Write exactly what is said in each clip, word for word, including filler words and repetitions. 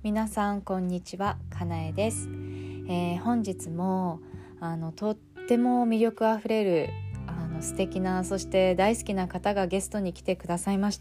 皆さんこんにちは、かなえです。えー、本日もあのとっても魅力あふれるあの素敵な、そして大好きな方がゲストに来てくださいました。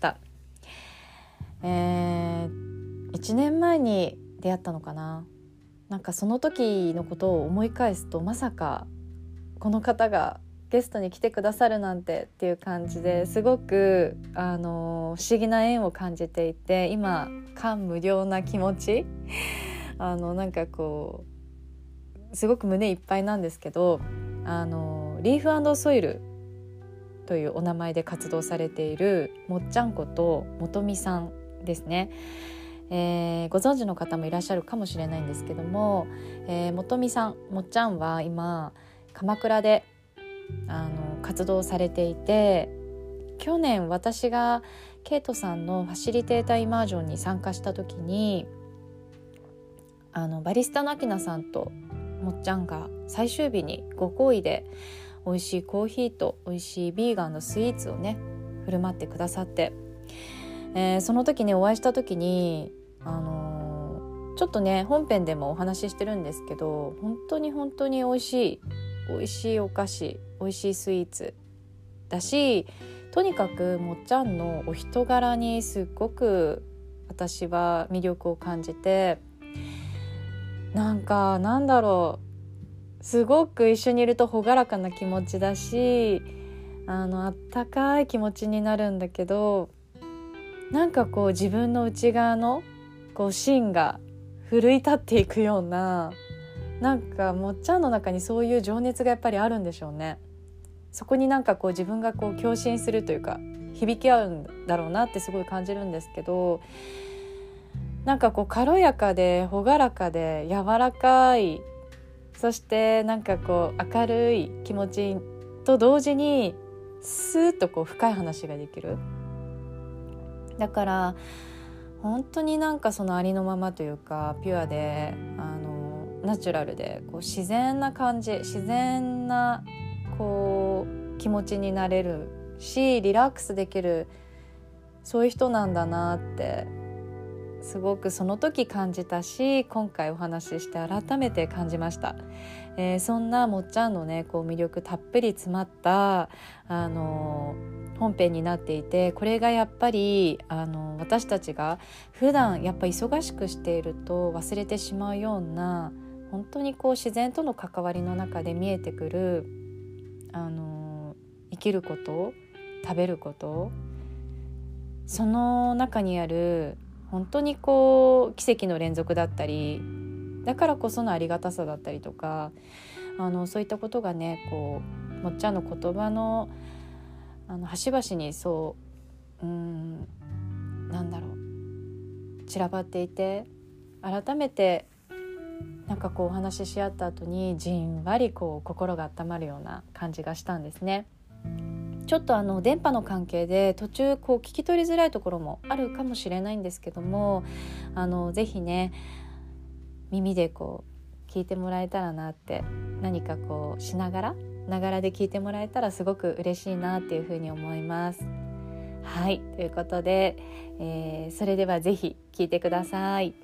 えー、いちねんまえに出会ったのかな。なんかその時のことを思い返すと、まさかこの方がゲストに来てくださるなんてっていう感じで、すごくあの不思議な縁を感じていて、今感無量な気持ちあのなんかこうすごく胸いっぱいなんですけど、あのリーフ&ソイルというお名前で活動されているもっちゃんこともとみさんですね。えー、ご存知の方もいらっしゃるかもしれないんですけども、えー、もとみさん、もっちゃんは今鎌倉であの活動されていて、去年私がケイトさんのファシリテーターイマージョンに参加した時に、あのバリスタのアキナさんともっちゃんが最終日にご厚意で美味しいコーヒーと美味しいビーガンのスイーツをね振る舞ってくださって、えー、その時にお会いした時に、あのー、ちょっとね本編でもお話ししてるんですけど、本当に本当に美味しい美味しいお菓子、美味しいスイーツだし、とにかくもっちゃんのお人柄にすっごく私は魅力を感じて、なんかなんだろう、すごく一緒にいると朗らかな気持ちだし、あのあったかい気持ちになるんだけど、なんかこう自分の内側のこう芯が奮い立っていくような、なんかもっちゃんの中にそういう情熱がやっぱりあるんでしょうね。そこになんかこう自分がこう共振するというか響き合うんだろうなってすごい感じるんですけど、なんかこう軽やかで朗らかで柔らかい、そしてなんかこう明るい気持ちと同時にスーッとこう深い話ができる。だから本当になんかそのありのままというか、ピュアであのナチュラルでこう自然な感じ、自然なこう気持ちになれるし、リラックスできる、そういう人なんだなってすごくその時感じたし、今回お話しして改めて感じました。えー、そんなもっちゃんのねこう魅力たっぷり詰まったあの本編になっていて、これがやっぱりあの私たちが普段やっぱ忙しくしていると忘れてしまうような、本当にこう自然との関わりの中で見えてくるあの生きること、食べること、その中にある本当にこう奇跡の連続だったり、だからこそのありがたさだったりとか、あのそういったことがねこうもっちゃんの言葉のあの端々にそう、うーんなんだろう散らばっていて、改めてなんかこうお話しし合った後にじんわりこう心が温まるような感じがしたんですね。ちょっとあの電波の関係で途中こう聞き取りづらいところもあるかもしれないんですけども、あのぜひね耳でこう聞いてもらえたらなって、何かこうしながらながらで聞いてもらえたらすごく嬉しいなっていうふうに思います。はい、ということで、えー、それではぜひ聞いてください。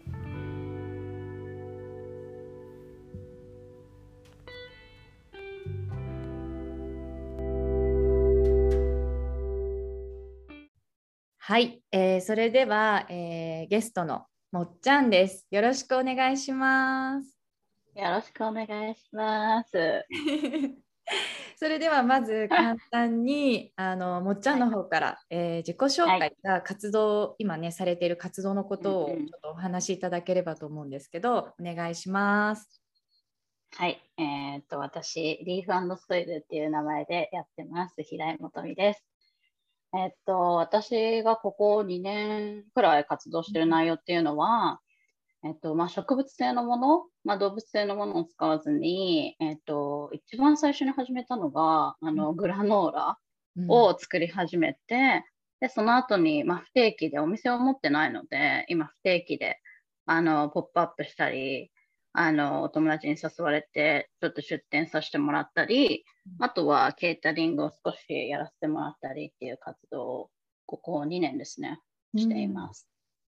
はい、えー、それでは、えー、ゲストのもっちゃんです。よろしくお願いします。 よろしくお願いします。 それではまず簡単にあのもっちゃんの方から、はい、えー、自己紹はい。 介が活動今ねされている活動のことうんうん、 をちょっとお話しいただければと思うんですけど、お願いします。 はい。えー、っと、私、リーフ&ソイルっていう名前でやってます。平井元美です。えー、っと、私がここにねんくらい活動してる内容っていうのは、えー、っと、まあ、植物性のもの、まあ、動物性のものを使わずに、えー、っと、一番最初に始めたのが、あの、グラノーラを作り始めて、で、その後に、まあ、不定期でお店を持ってないので、今不定期で、あの、ポップアップしたり、あの、お友達に誘われて、ちょっと出店させてもらったり、あとはケータリングを少しやらせてもらったりっていう活動を、ここにねんですね、しています。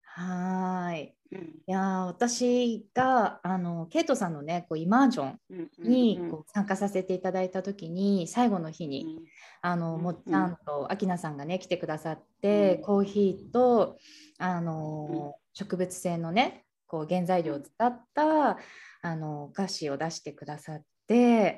はーい。 うん。 いやー、私があのケイトさんのね、こうイマージョンうんうんうにんこう参加させていただいた時に、最後の日にうんあのうもっちゃんんとアキナさんがね来てくださっうんうて、 んコーヒーとあうんの植物性のねこう原材料を使ったあのお菓子を出してくださって、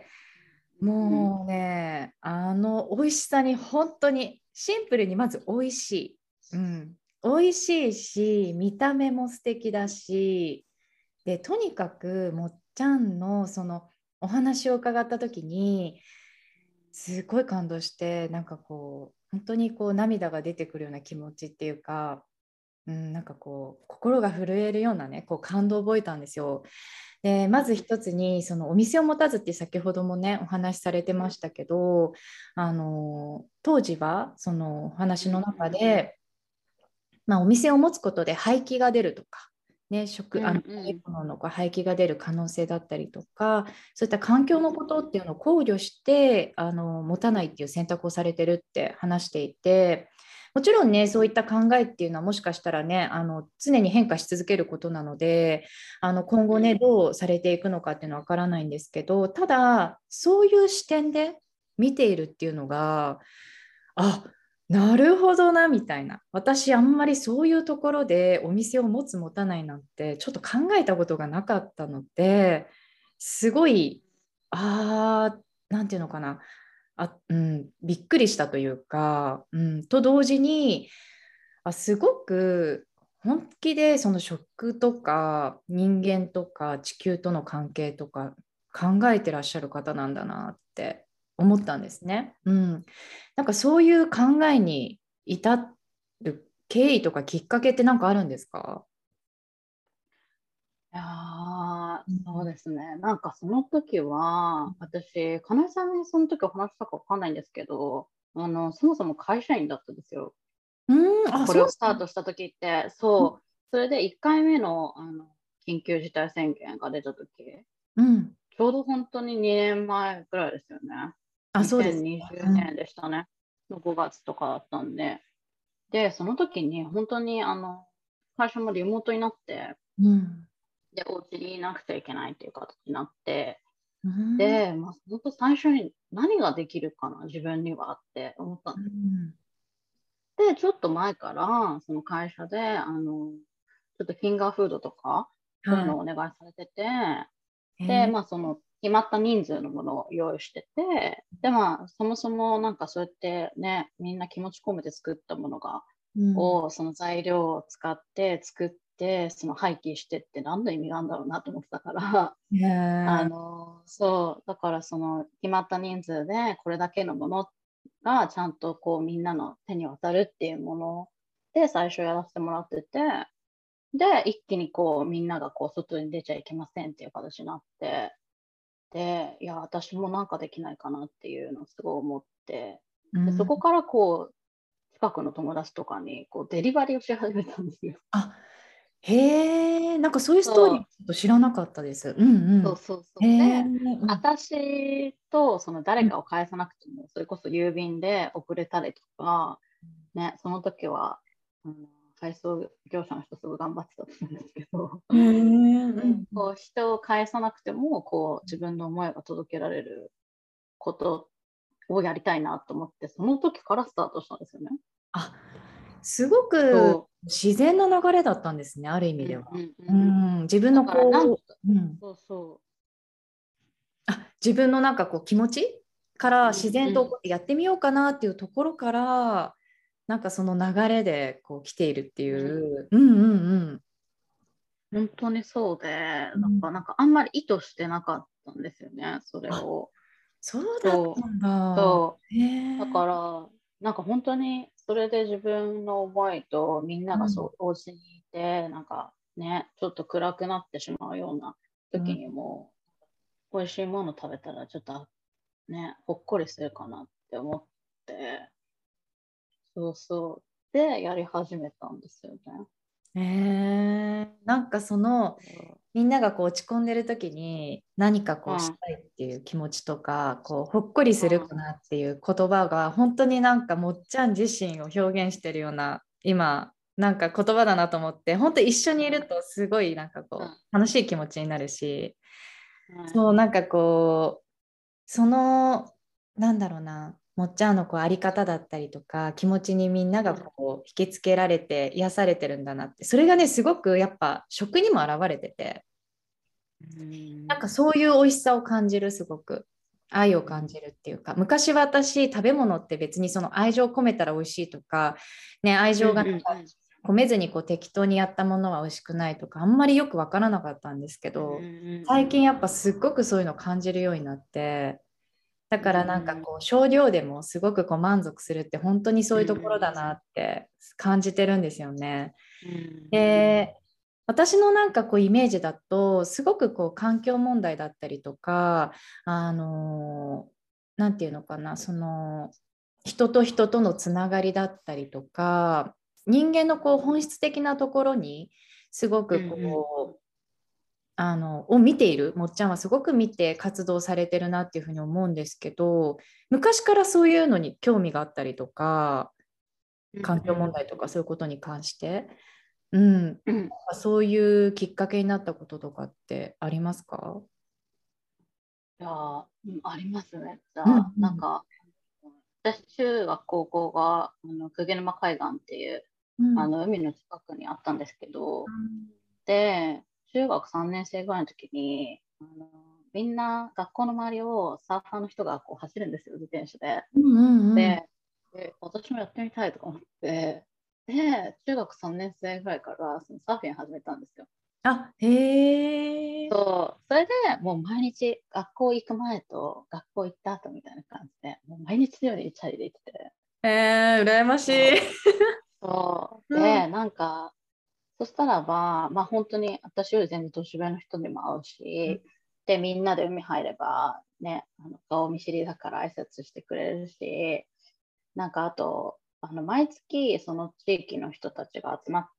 うんもうね、あの美味しさに本当にシンプルにまず美味しい。うん、美味しいし、見た目も素敵だし、で、とにかくもっちゃんのそのお話を伺った時に、すごい感動して、なんかこう、本当にこう涙が出てくるような気持ちっていうか、うん、なんかこう心が震えるようなねこう感動を覚えたんですよ。でまず一つにそのお店を持たずって先ほどもねお話しされてましたけど、あの当時はそのお話の中で、まあ、お店を持つことで廃棄が出るとか、ね、食あの食べ物のこう廃棄が出る可能性だったりとか、そういった環境のことっていうのを考慮してあの持たないっていう選択をされてるって話していて、もちろんねそういった考えっていうのはもしかしたらねあの常に変化し続けることなので、あの今後ねどうされていくのかっていうのはわからないんですけど、ただそういう視点で見ているっていうのが、あ、なるほどなみたいな。私あんまりそういうところでお店を持つ持たないなんてちょっと考えたことがなかったので、すごい、あー、なんていうのかな。あ、うん、びっくりしたというか、うん、と同時に、あ、すごく本気でその食とか人間とか地球との関係とか考えてらっしゃる方なんだなって思ったんですね。うん。なんかそういう考えに至る経緯とかきっかけって何かあるんですか？ いやー、 うん。 そうですね。なんかその時は、私、金井さんにその時お話したかわかんないんですけど、あの、そもそも会社員だったんですよ。 うん、あ、 これをそう。 スタートした時って、そう、それでいっかいめの、あの緊急事態宣言が出た時、 うん。 ちょうど本当ににねんまえぐらいですよね。 あ、そうですね。 2020 うん。 年でしたね。のごがつとかだったんで。で、その時に本当にあの会社もリモートになって、 うん。 で、お家にいなくちゃいけないっていう形になって、 うん。 で、まあ、本当最初に何ができるかな、自分にはって思ったんです。 うん。 で、ちょっと前から、その会社で、あの、ちょっとフィンガーフードとか、そういうはのをお願いされてて、 い。 で、 えーまあ、その、決まった人数のものを用意してて、で、まあ、そもそもなんかそうやってね、みんな気持ち込めて作ったものが、 うん。 を、その材料を使って作って、その廃棄してって何の意味があるんだろうなと思ってたから、あねの、そう、だからその決まった人数でこれだけのものがちゃんとこうみんなの手に渡るっていうもので最初やらせてもらってて、で、一気にこうみんながこう外に出ちゃいけませんっていう形になって、で、いや、私もなんかできないかなっていうのをすごい思って、で、そうん。 こからこう近くの友達とかにこうデリバリーをし始めたんですよ。 あ、へえ、なんかそういうストーリーそう、 ちょっと知らなかったです。うんうそうん。 そうそう。で、 へえ、うん。 私とその誰うん。 かを返さなくても、それこそ郵便で送れたりとか、ね、その時は、あの配送業者の人すごい頑張ってたと思うんですけど、 へえ、うんうでん。 こう人を返さなくてもこう自分の思いが届けられることをやりたいなと思って、その時からスタートしたんですよね。 あ、すごくそ自然な流れだったんですね、ある意う。う味では。 んうんううん。 ん、自分のだからなんか、 こう、うん、 そうそあ、自分のなんかこう気持ちから自う。うん。 然とやってみようかなっていうところから、なんかその流れでこう来ているっていうん、 う。うんうん本当にそうで、 うん。 だからなんかあんまり意図してなかったんですよね、それあ、 を。 そうだっそう、 たんだ。 そう。 へだえ。 から、なんか本当にそれで自分の思いとみんなうん。 がそう、お家にいて、なんかね、ちょっと暗くなってしまうような時うん。 にも、美味しいもの食べたらちょっとね、ほっこりするかなって思って、そうそう。で、やり始めたんですよね。 へえ。なんかそのそみんながこう落ち込んでる時に何かう。 こうん、 うしたいっていう気持ちとかこうほっこりするうん、 かなっていう言葉が本当になんかもっちゃん自身を表現してるような今なんか言葉だなと思って、本当一緒にいるとすごいなんかこうん。 う楽しい気持ちになるし、 はい。 そうなんかこうそのなんだろうな、もっちゃんのこうあり方だったりとか気持ちにみんながこう引きつけられて癒されてるんだなって、それがねすごくやっぱ食にも表れてて、 うん。 なんかそういう美味しさを感じる、すごく愛を感じるっていうか、昔は私食べ物って別にその愛情を込めたら美味しいとか、ね、愛うん。 情がなんかうん。 込めずにこう適当にやったものは美味しくないとかあんまりよく分からなかったんですけうん。 ど、最うん。 近やっぱすっごくそういうのを感じるようになって、だうからなんかん。 こう少量でもすごくこう満足するって本当にそういうところだうん。 なって感じてるんですよね。 うん。 で、私のなんかこうイメージだとすごくこう環境問題だったりとか、あのなんていうのかな、その人と人とのつながりだったりとか、人間のこう本質的なところにすごくうん。 こうあのを見ている、もっちゃんはすごく見て活動されてるなっていうふうに思うんですけど、昔からそういうのに興味があったりとか、 うん。 環境問うん。 題とかそういうことに関して、うん、 うん。 そういうきっかけになったこととかってありますか？ じゃあ、うん、ありますね。じうんゃあ、なんか、私、中学、高校が、あの、鵠沼海岸っていう、 うん。 あの、海の近くにあったんですけど、で、中学さんねん生ぐらいの時に、あの、みんな学校の周りをサーファーの人がこう走るんですよ、自転車で。 うんうんうん。 で、で私もやってみたいとか思って、で、中学さんねん生ぐらいからそのサーフィン始めたんですよ。 あ、へえ。 そう、それでもう毎日学校行く前と学校行った後みたいな感じで、もう毎日のようにチャリで行ってて、 えー、羨ましい。 そうそううん。 で、なんか、そしたらば、まあ本当に私より全然年上の人にも会うし、で、みんなで海入れば、ね、あの顔見知りだから挨拶してくれるし、なんかあと、あの毎月その地域の人たちが集まって、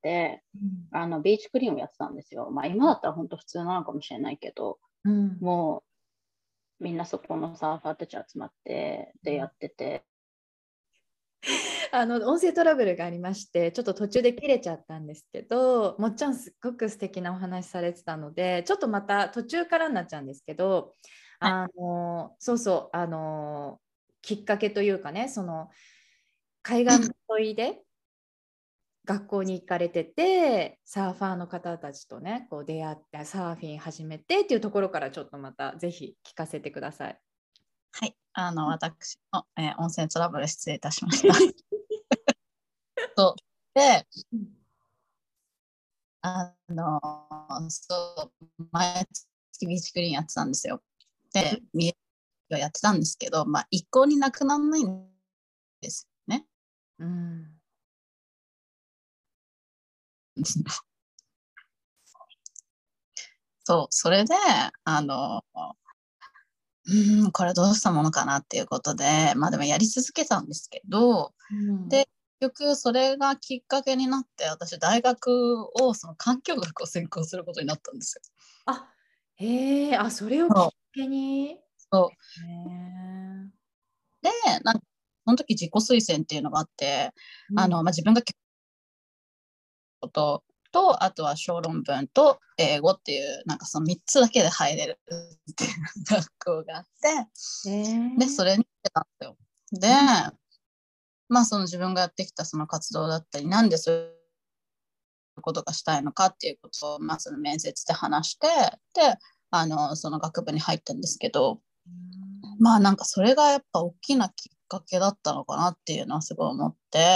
あのビーチクリーンをやってたんですよ。まあ今だったら本当普通なのかもしれないけど、 うん。 もうみんなそこのサーファーたち集まってでやってて、 あの音声トラブルがありまして、ちょっと途中で切れちゃったんですけど、もっちゃんすっごく素敵なお話されてたので、ちょっとまた途中からになっちゃうんですけど、 はい、 あのそうそう、あのきっかけというかね、その海岸沿いで学校に行かれてて、サーファーの方たちとね、こう出会ってサーフィン始めてっていうところからちょっとまたぜひ聞かせてください。 はい、あの私の、えー、音声トラブル失礼いたしました。そうで、あのそう、毎月ビーチクリーンやってたんですよ。で、ビーチをやってたんですけど、まあ一向になくならないんですよね。 うん。 そう、それで、あの、うん、これどうしたものかなっていうことで、まあでもやり続けたんですけど、 うん。 で、結局それがきっかけになって、私大学をその環境学を専攻することになったんですよ。 あ、へえ、あ、それをきっかそうけに。 そへえ。 うで、なんかその時自己推薦っていうのがあって、 うん。 あの、まあ、自分がことと、あとは小論文と英語っていう、なんかそのみっつだけで入れるっていう学校があって、 へで、そえ。 れに行ってたんですよ。で、 うん。 まあその自分がやってきたその活動だったり、なんでそういうことがしたいのかっていうことを、まあその面接で話して、で、あの、その学部に入ったんですけど、まあなんかそれがやっぱ大きなきっかけだったのかなっていうのはすごい思って、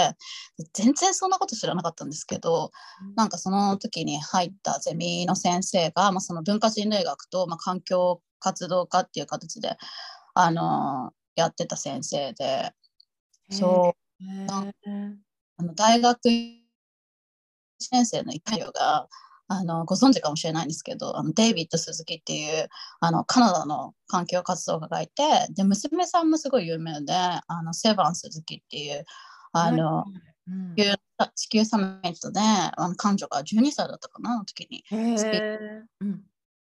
全然そんなこと知らなかったんですけど、なんかその時に入ったゼミの先生が、まあ、その文化人類学と、まあ、環境活動家っていう形で、あのやってた先生で、 へそうえ。 あの大学いちねん生のイタリアがあのご存知かもしれないんですけど、あのデイビッド・スズキっていうあのカナダの環境活動家がいて、で娘さんもすごい有名で、あのセバン・スズキっていうあはい。 のうん。 地球地球サミットであの彼女がじゅうにさいだったかなの時にへスピーチえ。うん。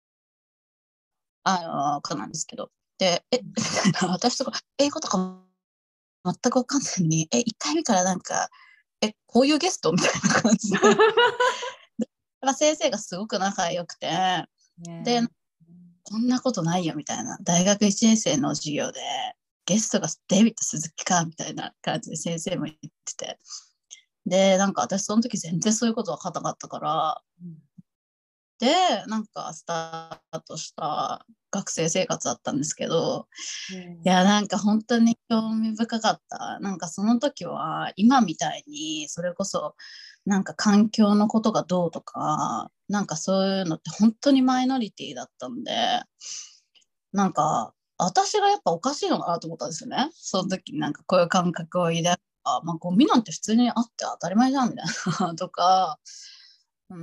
あのかなんですけど、でえ私とか英語とか全く分かんないのに、えいっかいめからなんかえこういうゲストみたいな感じで先生がすごく仲良くて、ね、でこんなことないよみたいな、大学いちねん生の授業でゲストがデビッド鈴木かみたいな感じで先生も言ってて、でなんか私その時全然そういうこと分かんなかったから、うん、でなんかスタートした学生生活だったんですけど、うん、いやなんか本当に興味深かった。なんかその時は今みたいにそれこそなんか環境のことがどうとかなんかそういうのって本当にマイノリティだったんで、なんか私がやっぱおかしいのかなと思ったんですよね。その時になんかこういう感覚を抱いて、あ、まあ、ゴミなんて普通にあって当たり前じゃんみたいなとか、うん、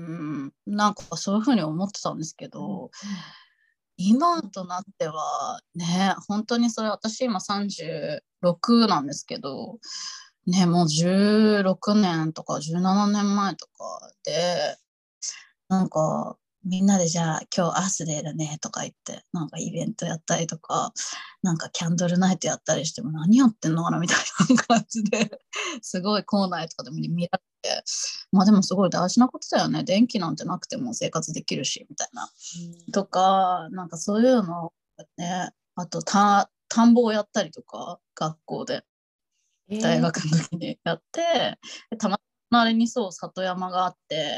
なんかそういうふうに思ってたんですけど、うん、今となってはね、本当にそれ私今さんじゅうろくなんですけど、ね、もうじゅうろくねんとかじゅうななねんまえとかで、なんかみんなでじゃあ今日アースデーだねとか言ってなんかイベントやったりとかなんかキャンドルナイトやったりしても何やってんのかなみたいな感じですごい校内とかでも見られて、まあでもすごい大事なことだよね、電気なんてなくても生活できるしみたいな、うん、とかなんかそういうのね、あとた田んぼをやったりとか学校で大学の時にやって、えー、たま隣にそう里山があって、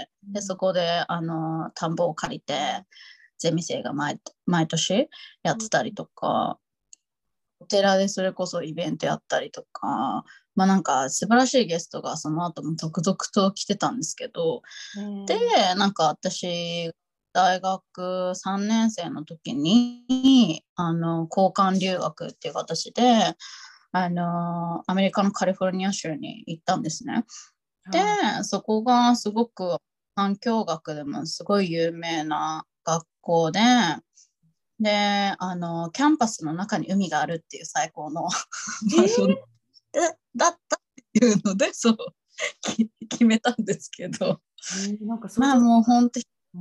でそこであの田んぼを借りてゼミ生が 毎, 毎年やってたりとか、お寺でそれこそイベントやったりとか、まあなんか素晴らしいゲストがその後も続々と来てたんですけど、でなんか私大学さんねん生の時にあの交換留学っていう形であのアメリカのカリフォルニア州に行ったんですね。で、そこがすごく環境学でもすごい有名な学校で、で、あの、キャンパスの中に海があるっていう最高の場所で、えー、だったっていうので、そう、決めたんですけど、えー、なんかまあもう本当に、うん、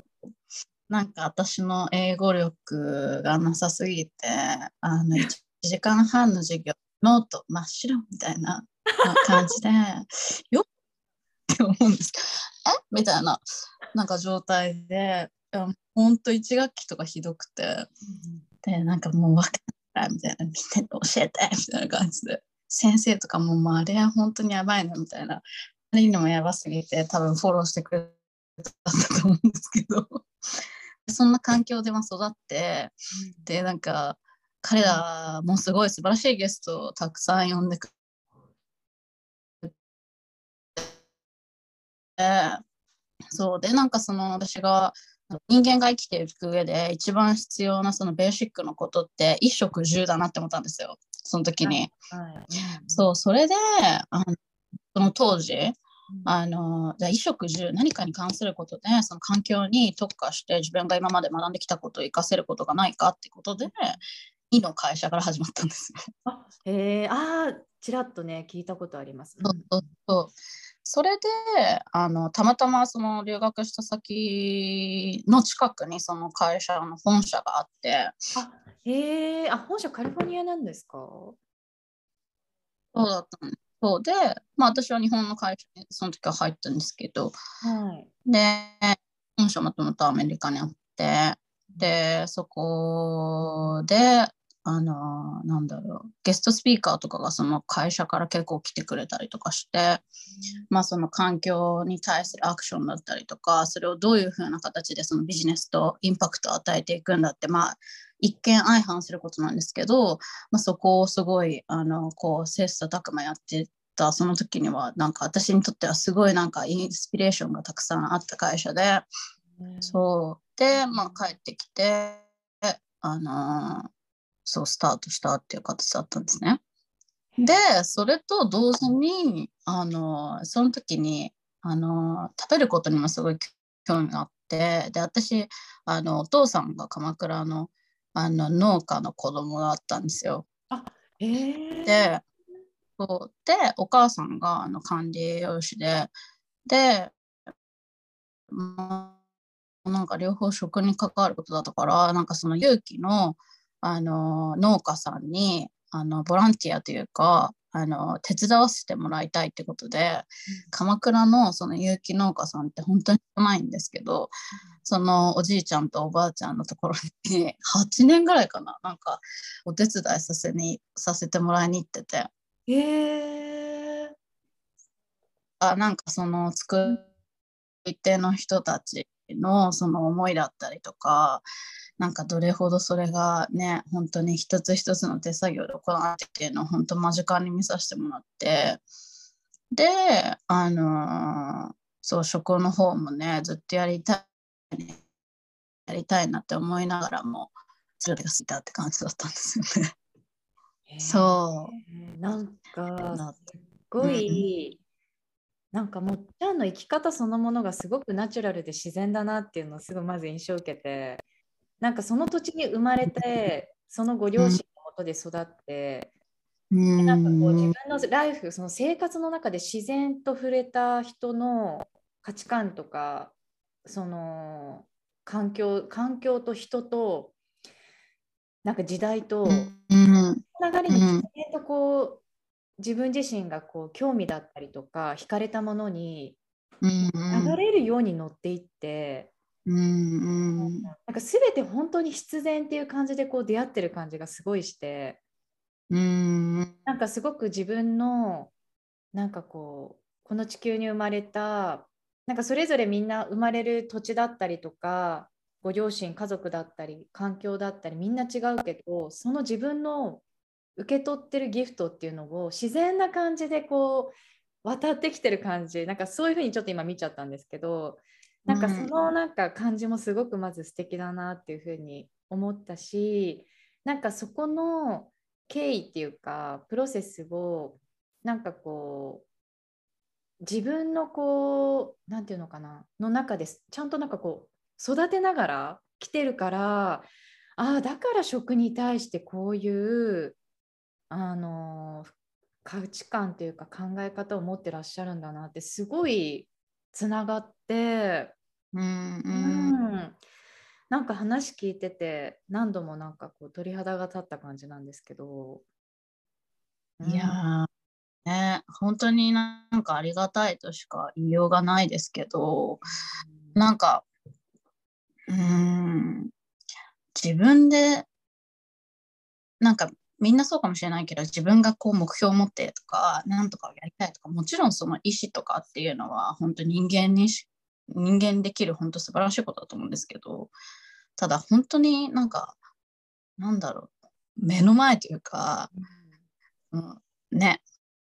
なんか私の英語力がなさすぎて、あの、いちじかんはんの授業、ノート真っ白みたいな感じで、よっって思うんですけど、えみたいななんか状態で、ほんといち学期とかひどくて、うん、でなんかもう分かったみたいな、みんなに教えてみたいな感じで、先生とかも、まあ、あれは本当にやばいなみたいな、あれにもやばすぎて多分フォローしてくれたんだと思うんですけどそんな環境でも育って、うん、でなんか彼らもすごい素晴らしいゲストをたくさん呼んでくれて、そうでなんかその私が人間が生きていく上で一番必要なそのベーシックのことって衣食住だなって思ったんですよ、その時に。はいはい、そうそれであのその当時、あのじゃあ衣食住何かに関することでその環境に特化して自分が今まで学んできたことを活かせることがないかってことで、いの会社から始まったんですよ。 あへえ、あちらっとね聞いたことあります。 そうそうそうそれであのたまたまその留学した先の近くにその会社の本社があって、 あへえ、あ本社カリフォルニアなんですか？ そうだったんです。そうで、まあ、私は日本の会社にその時は入ったんですけど、はい、で本社もともとアメリカにあって、でそこであのなんだろうゲストスピーカーとかがその会社から結構来てくれたりとかして、うん、まあその環境に対するアクションだったりとか、それをどういうふうな形でそのビジネスとインパクトを与えていくんだって、まあ一見相反することなんですけど、まあ、そこをすごいあのこう切磋琢磨やってたその時にはなんか私にとってはすごいなんかインスピレーションがたくさんあった会社で、うん、そうで、まあ、帰ってきてあのそうスタートしたっていう形だったんですね。でそれと同時にあのその時にあの食べることにもすごい興味があって、で私あのお父さんが鎌倉のあの農家の子供だったんですよ。 あへーでそうでお母さんがあの管理栄養士でで、まあ、なんか両方食に関わることだったから、なんかその有機のあの農家さんにあのボランティアというかあの手伝わせてもらいたいってことで、鎌倉のその有機農家さんって本当に少ないんですけど、そのおじいちゃんとおばあちゃんのところにはちねんぐらいかな、なんかお手伝いさせにさせてもらいに行ってて、 へえ。 あ、なんかその作り手の人たちのその思いだったりとか、なんかどれほどそれがね、本当に一つ一つの手作業で行われてっていうのを本当間近に見させてもらって、で、あのーそう、食の方もね、ずっとやりたい、やりたいなって思いながらも、それが過ぎたって感じだったんですよね。 へそえ。なんかう。だすっごうんい、なんかもっちゃんの生き方そのものがすごくナチュラルで自然だなっていうのをすごいまず印象を受けて、なんかその土地に生まれて、そのご両うん親のもとで育って、 うでなんかこう自ん分のライフ、その生活の中で自然と触れた人の価値観とか、その環境、環境と人と、なんか時代うとん流れに自うん然とこう自分自身がこう興味だったりとか惹かれたものにうん流れるように乗っていって、 うんなんか全て本当に必然っていう感じでこう出会ってる感じがすごいして、 うんなんかすごく自分のなんかこうこの地球に生まれた、なんかそれぞれみんな生まれる土地だったりとか、ご両親家族だったり環境だったりみんな違うけど、その自分の受け取ってるギフトっていうのを自然な感じでこう渡ってきてる感じ、なんかそういうふうにちょっと今見ちゃったんですけど、なんかそのなんか感じもすごくまず素敵だなっていうふうに思ったし、なんかそこの経緯っていうかプロセスをなんかこう自分のこうなんていうのかなの中でちゃんとなんかこう育てながら来てるから、ああだから食に対してこういうあの価値観というか考え方を持ってらっしゃるんだなってすごいつながって、 うんううん。 ん、なんか話聞いてて何度もなんかこう鳥肌が立った感じなんですけど、ういやん、 ーね、本当になんかありがたいとしか言いようがないですけど、なんか、うーん、自分で、なんかみんなそうかもしれないけど、自分がこう目標を持ってとか、なんとかをやりたいとか、もちろんその意思とかっていうのは、本当人間にし、人間できる本当素晴らしいことだと思うんですけど、ただ本当になんか、なんだろう、目の前というか、うん、ね、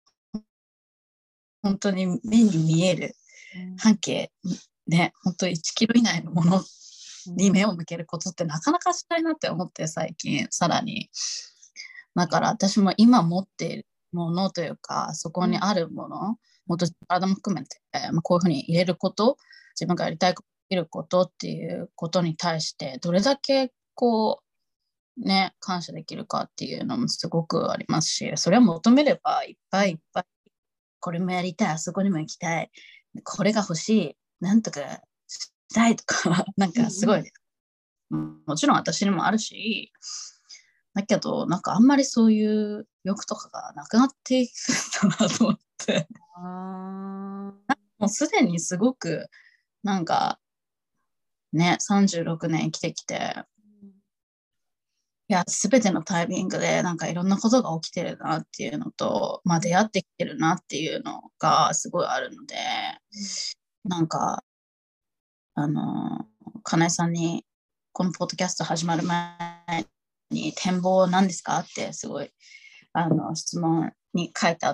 本当に目に見える半径、ね、本当いちキロ以内のものに目を向けることってなかなかしたいなって思って最近さらに。だから私も今持っているものというか、そこにあるもの、もっと体も含めて、まあ、こういうふうに入れること、自分がやりたいこと、できることっていうことに対して、どれだけこう、ね、感謝できるかっていうのもすごくありますし、それを求めればいっぱいいっぱい、これもやりたい、あそこにも行きたい、これが欲しい、なんとかしたいとか、なんかすごい、うん、もちろん私にもあるし、だけど、なんかあんまりそういう欲とかがなくなっていくんだなと思って、 あもうすでにすごく、なんかね、さんじゅうろくねん生きてきて、いや、すべてのタイミングでなんかいろんなことが起きてるなっていうのと、まあ出会ってきてるなっていうのがすごいあるので、なんか、あの、金井さんにこのポッドキャスト始まる前に展望何ですかってすごいあの質問に書いてあって、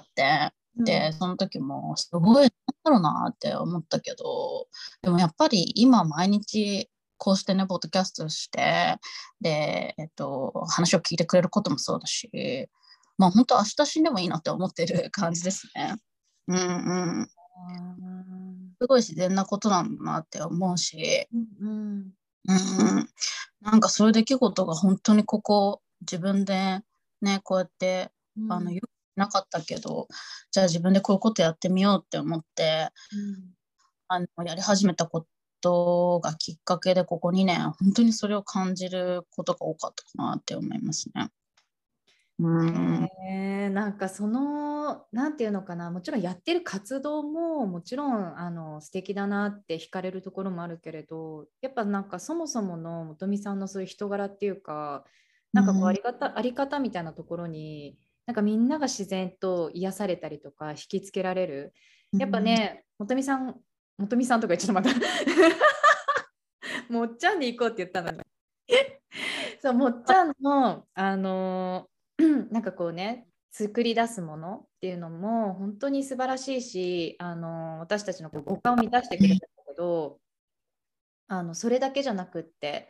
で、その時もすごいなんだろうなって思ったけど、でもやっぱり今毎日こうしてね、ポッドキャストして、で、えっと、話を聞いてくれることもそうだし、まあ本当明日死んでもいいなって思ってる感じですね。うんうん。すごい自然なことなんだなって思うし、 うん、 うん、なんかそういう出来事が本当にここ自分でね、こうやってあのよくなかったけど、じゃあ自分でこういうことやってみようって思ってあのやり始めたことがきっかけで、ここにねん本当にそれを感じることが多かったかなって思いますね。うん、 えー、なんかそののなんていうのかな、もちろんやってる活動ももちろんあの素敵だなって惹かれるところもあるけれど、やっぱなんかそもそもの本美さんのそういう人柄っていうか、なんかこうありがた、あり方みたいなところに、なんかみんなが自然と癒されたりとか引きつけられる。やっぱね、本美さん、本美さんとかちょっとまたもっちゃんで行こうって言ったのにそう、もっちゃんの、あのーなんかこうね、作り出すものっていうのも本当に素晴らしいし、あのー私たちのこう五感を満たしてくれたんだけど、あのそれだけじゃなくって、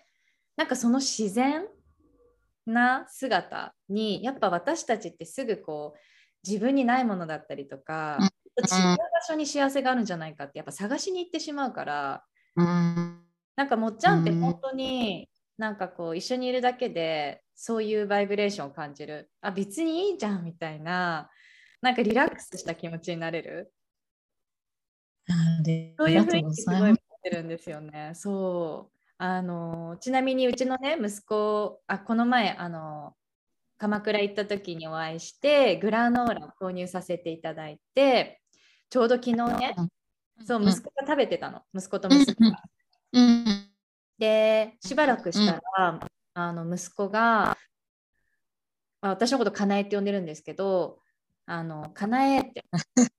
なんかその自然な姿にやっぱ私たちってすぐこう自分にないものだったりとか、違う場所に幸せがあるんじゃないかってやっぱ探しに行ってしまうから、なんかもっちゃんって本当になんかこう一緒にいるだけでそういうバイブレーションを感じる。あ、別にいいじゃんみたいな、なんかリラックスした気持ちになれる。そういう雰囲気すごい持ってるんですよね。そう。あのちなみにうちのね息子、あ、この前あの鎌倉行った時にお会いしてグラノーラを購入させていただいて、ちょうど昨日ね、そう息子が食べてたの、息子と娘が。でしばらくしたら、あの息子が、あ、私のことかなえって呼んでるんですけど、あのかなえって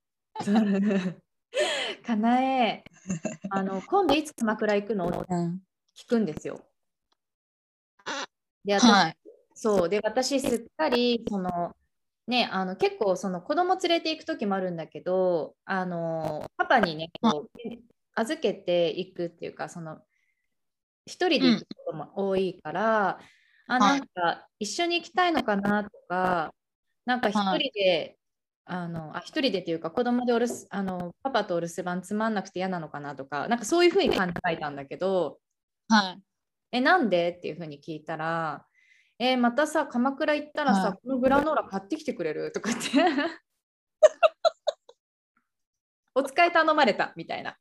かなえ、あの今度いつ鎌倉行くのって聞くんですよ。で私、はい、そうで私すっかりそのね、あの結構その子供連れて行く時もあるんだけど、あのパパにねこう預けていくっていうか、その一人で行くことも多いから、うん、あ、なんか一緒に行きたいのかなとか、なんか一人で、あのあ一人でっていうか子供でお留守あのパパとお留守番つまんなくて嫌なのかなとか、なんかそういうふうに考えたんだけど、はい、え、なんでっていうふうに聞いたら、えーまたさ、鎌倉行ったらさ、はい、このグラノーラ買ってきてくれるとかってお使い頼まれたみたいな。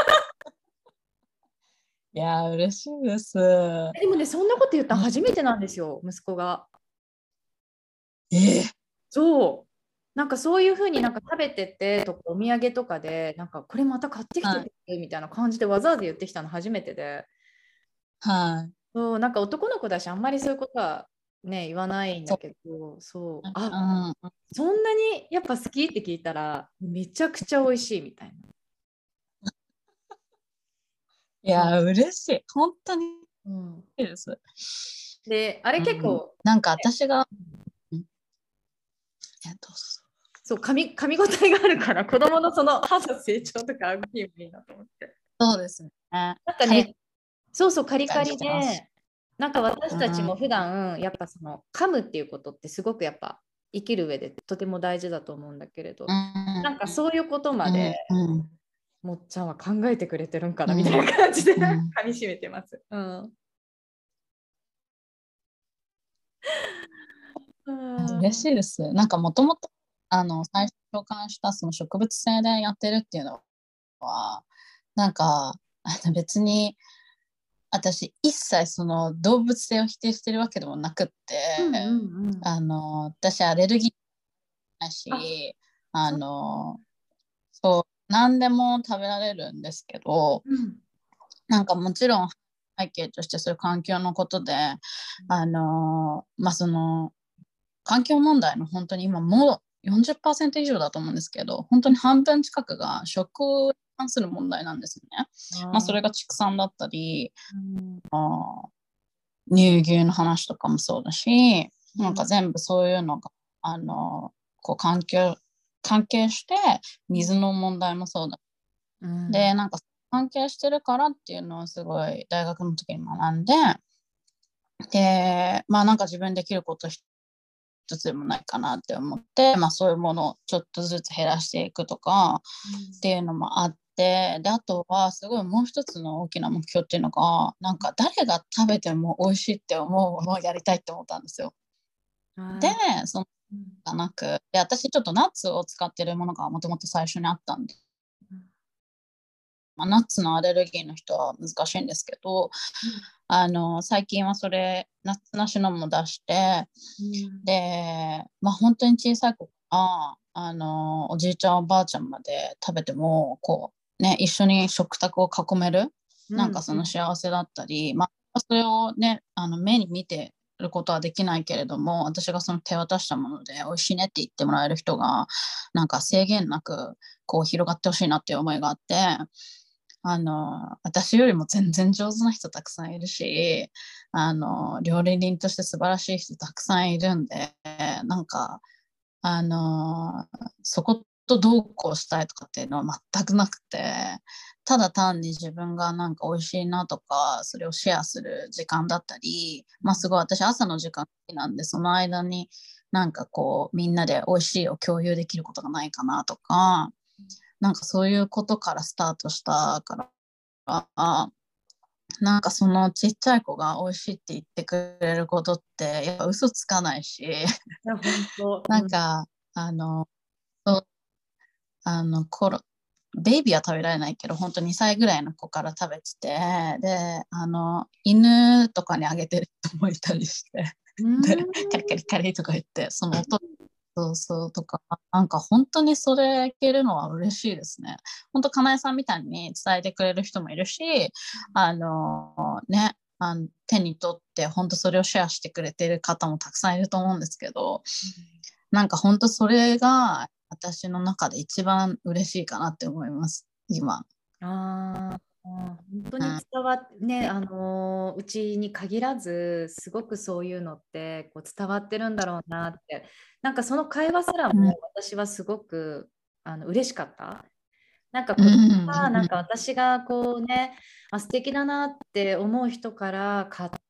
いやー、嬉しいです。 でもね、そんなこと言ったの初めてなんですよ、息子が。 えー、 そう。なんかそういうふうになんか食べててとかお土産とかで、なんかこれまた買ってきてくれるみたいな感じでわざわざ言ってきたの初めてで。はい。そう、なんか男の子だし、あんまりそういうことはね、言わないんだけど、そう。あ、うん、そんなにやっぱ好きって聞いたら、めちゃくちゃ美味しいみたいな。いや、嬉しい。本当に。うん。いいです。で、あれ結構。うん、なんか私が。うん、いや、どうぞ。そう、噛み、噛み応えがあるから、子供のその歯の成長とか、いいなと思って。そうですね。なんかね、そうそう、カリカリで、なんか私たちも普段やっぱその噛むっていうことってすごくやっぱ生きる上でとても大事だと思うんだけれど、なんかそういうことまでもっちゃんは考えてくれてるんかなみたいな感じで噛みしめてます。うんうん、嬉しいです。なんかもともとあの最初紹介したその植物性でやってるっていうのはなんか別に私一切その動物性を否定してるわけでもなくって、うんうんうん、あの私アレルギーないし、ああのそう何でも食べられるんですけど、うん、なんかもちろん背景としてそういう環境のことで、あのまあその環境問題の本当に今もう よんじゅっパーセント 以上だと思うんですけど、本当に半分近くが食に関する問題なんですよね。まあ、それが畜産だったり、うん、あ乳牛の話とかもそうだし、なんか全部そういうのがあのこう環境関係して水の問題もそうだ、うん、でなんか関係してるからっていうのをすごい大学の時に学んで、でまあなんか自分できること一つでもないかなって思って、まあ、そういうものをちょっとずつ減らしていくとかっていうのもあって、であとはすごいもう一つの大きな目標っていうのがなんか誰が食べても美味しいって思うものをやりたいって思ったんですよ。でそのがなくで私ちょっとナッツを使ってるものがもともと最初にあったんで、まあ、ナッツのアレルギーの人は難しいんですけど、うん、あの最近はそれナッツなしのも出して、うん、で、まあ、本当に小さい子があのおじいちゃんおばあちゃんまで食べてもこうね一緒に食卓を囲める、なんかその幸せだったり、まあ、それをねあの目に見てることはできないけれども、私がその手渡したもので美味しいねって言ってもらえる人がなんか制限なくこう広がってほしいなっていう思いがあって、あの私よりも全然上手な人たくさんいるし、あの料理人として素晴らしい人たくさんいるんで、なんかあのそことどうこうしたいとかっていうのは全くなくて、ただ単に自分がなんか美味しいなとかそれをシェアする時間だったり、まあすごい私朝の時間好きなんで、その間になんかこうみんなで美味しいを共有できることがないかなとか、なんかそういうことからスタートしたから、なんかそのちっちゃい子が美味しいって言ってくれることってやっぱ嘘つかないし、 や本当、 なんか、うん、あのそうあのコロベイビーは食べられないけど本当にさいぐらいの子から食べてて、であの犬とかにあげてる人もいたりして、でカリカリカリとか言ってその音そうそうとか、なんか本当にそれ聞けるのは嬉しいですね。本当かなえさんみたいに伝えてくれる人もいるし、あのねあの手に取って本当それをシェアしてくれてる方もたくさんいると思うんですけど、なんか本当それが私の中で一番嬉しいかなって思います今。 ああ、本当に伝わってね、あのうちに限らずすごくそういうのってこう伝わってるんだろうなって、なんかその会話すらも私はすごくあの嬉しかった。なんか子供がなんか私がこうね、あ素敵だなって思う人から買って、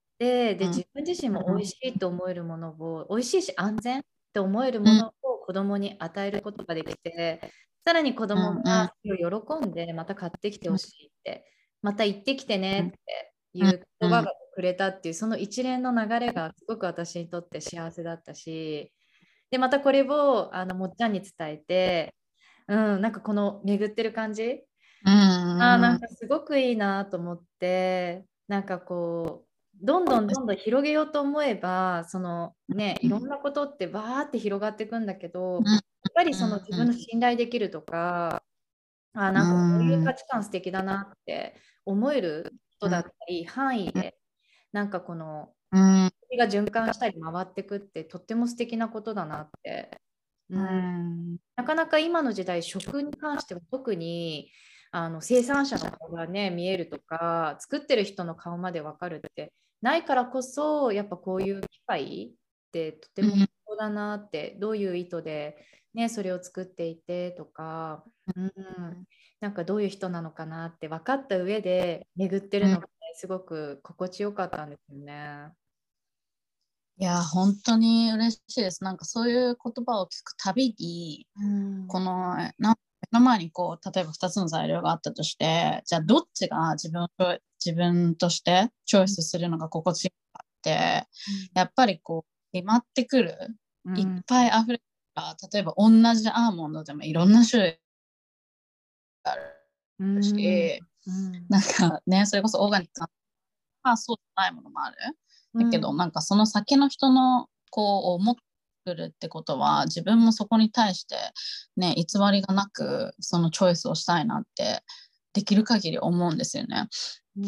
で自分自身も美味しいと思えるものを、美味しいし安全って思えるものを子供に与えることができて、さらに子供がそれを喜んでまた買ってきてほしいって、また行ってきてねっていう言葉がくれたっていうその一連の流れがすごく私にとって幸せだったし、でまたこれをあのもっちゃんに伝えて、うん、なんかこの巡ってる感じ、 うん、 あーなんかすごくいいなと思って、なんかこうどんどんどんどん広げようと思えばそのねいろんなことってバーって広がっていくんだけど、やっぱりその自分の信頼できるとか、あなんかこういう価値観素敵だなって思える人だったり範囲でなんかこのが循環したり回ってくってとっても素敵なことだなって、うん、なかなか今の時代食に関しては特にあの生産者の顔がね見えるとか作ってる人の顔まで分かるってないからこそ、やっぱこういう機会ってとても重要だなって、どういう意図で、ね、それを作っていてとか、うん、なんかどういう人なのかなって分かった上で巡ってるのが、ね、すごく心地よかったんですよね。 いや本当に嬉しいです。なんかそういう言葉を聞くたびに、 うん、 このな目の前にこう例えばふたつの材料があったとして、じゃあどっちが自分自分としてチョイスするのが心地いいかって、うん、やっぱりこう決まってくる、うん、いっぱい溢れた、例えば同じアーモンドでもいろんな種類があるし、うん、なんかねそれこそオーガニックな、まあそうじゃないものもある。だけど、うん、なんかその先の人のこう思ってくるってことは、自分もそこに対してね偽りがなくそのチョイスをしたいなってできる限り思うんですよね。うん、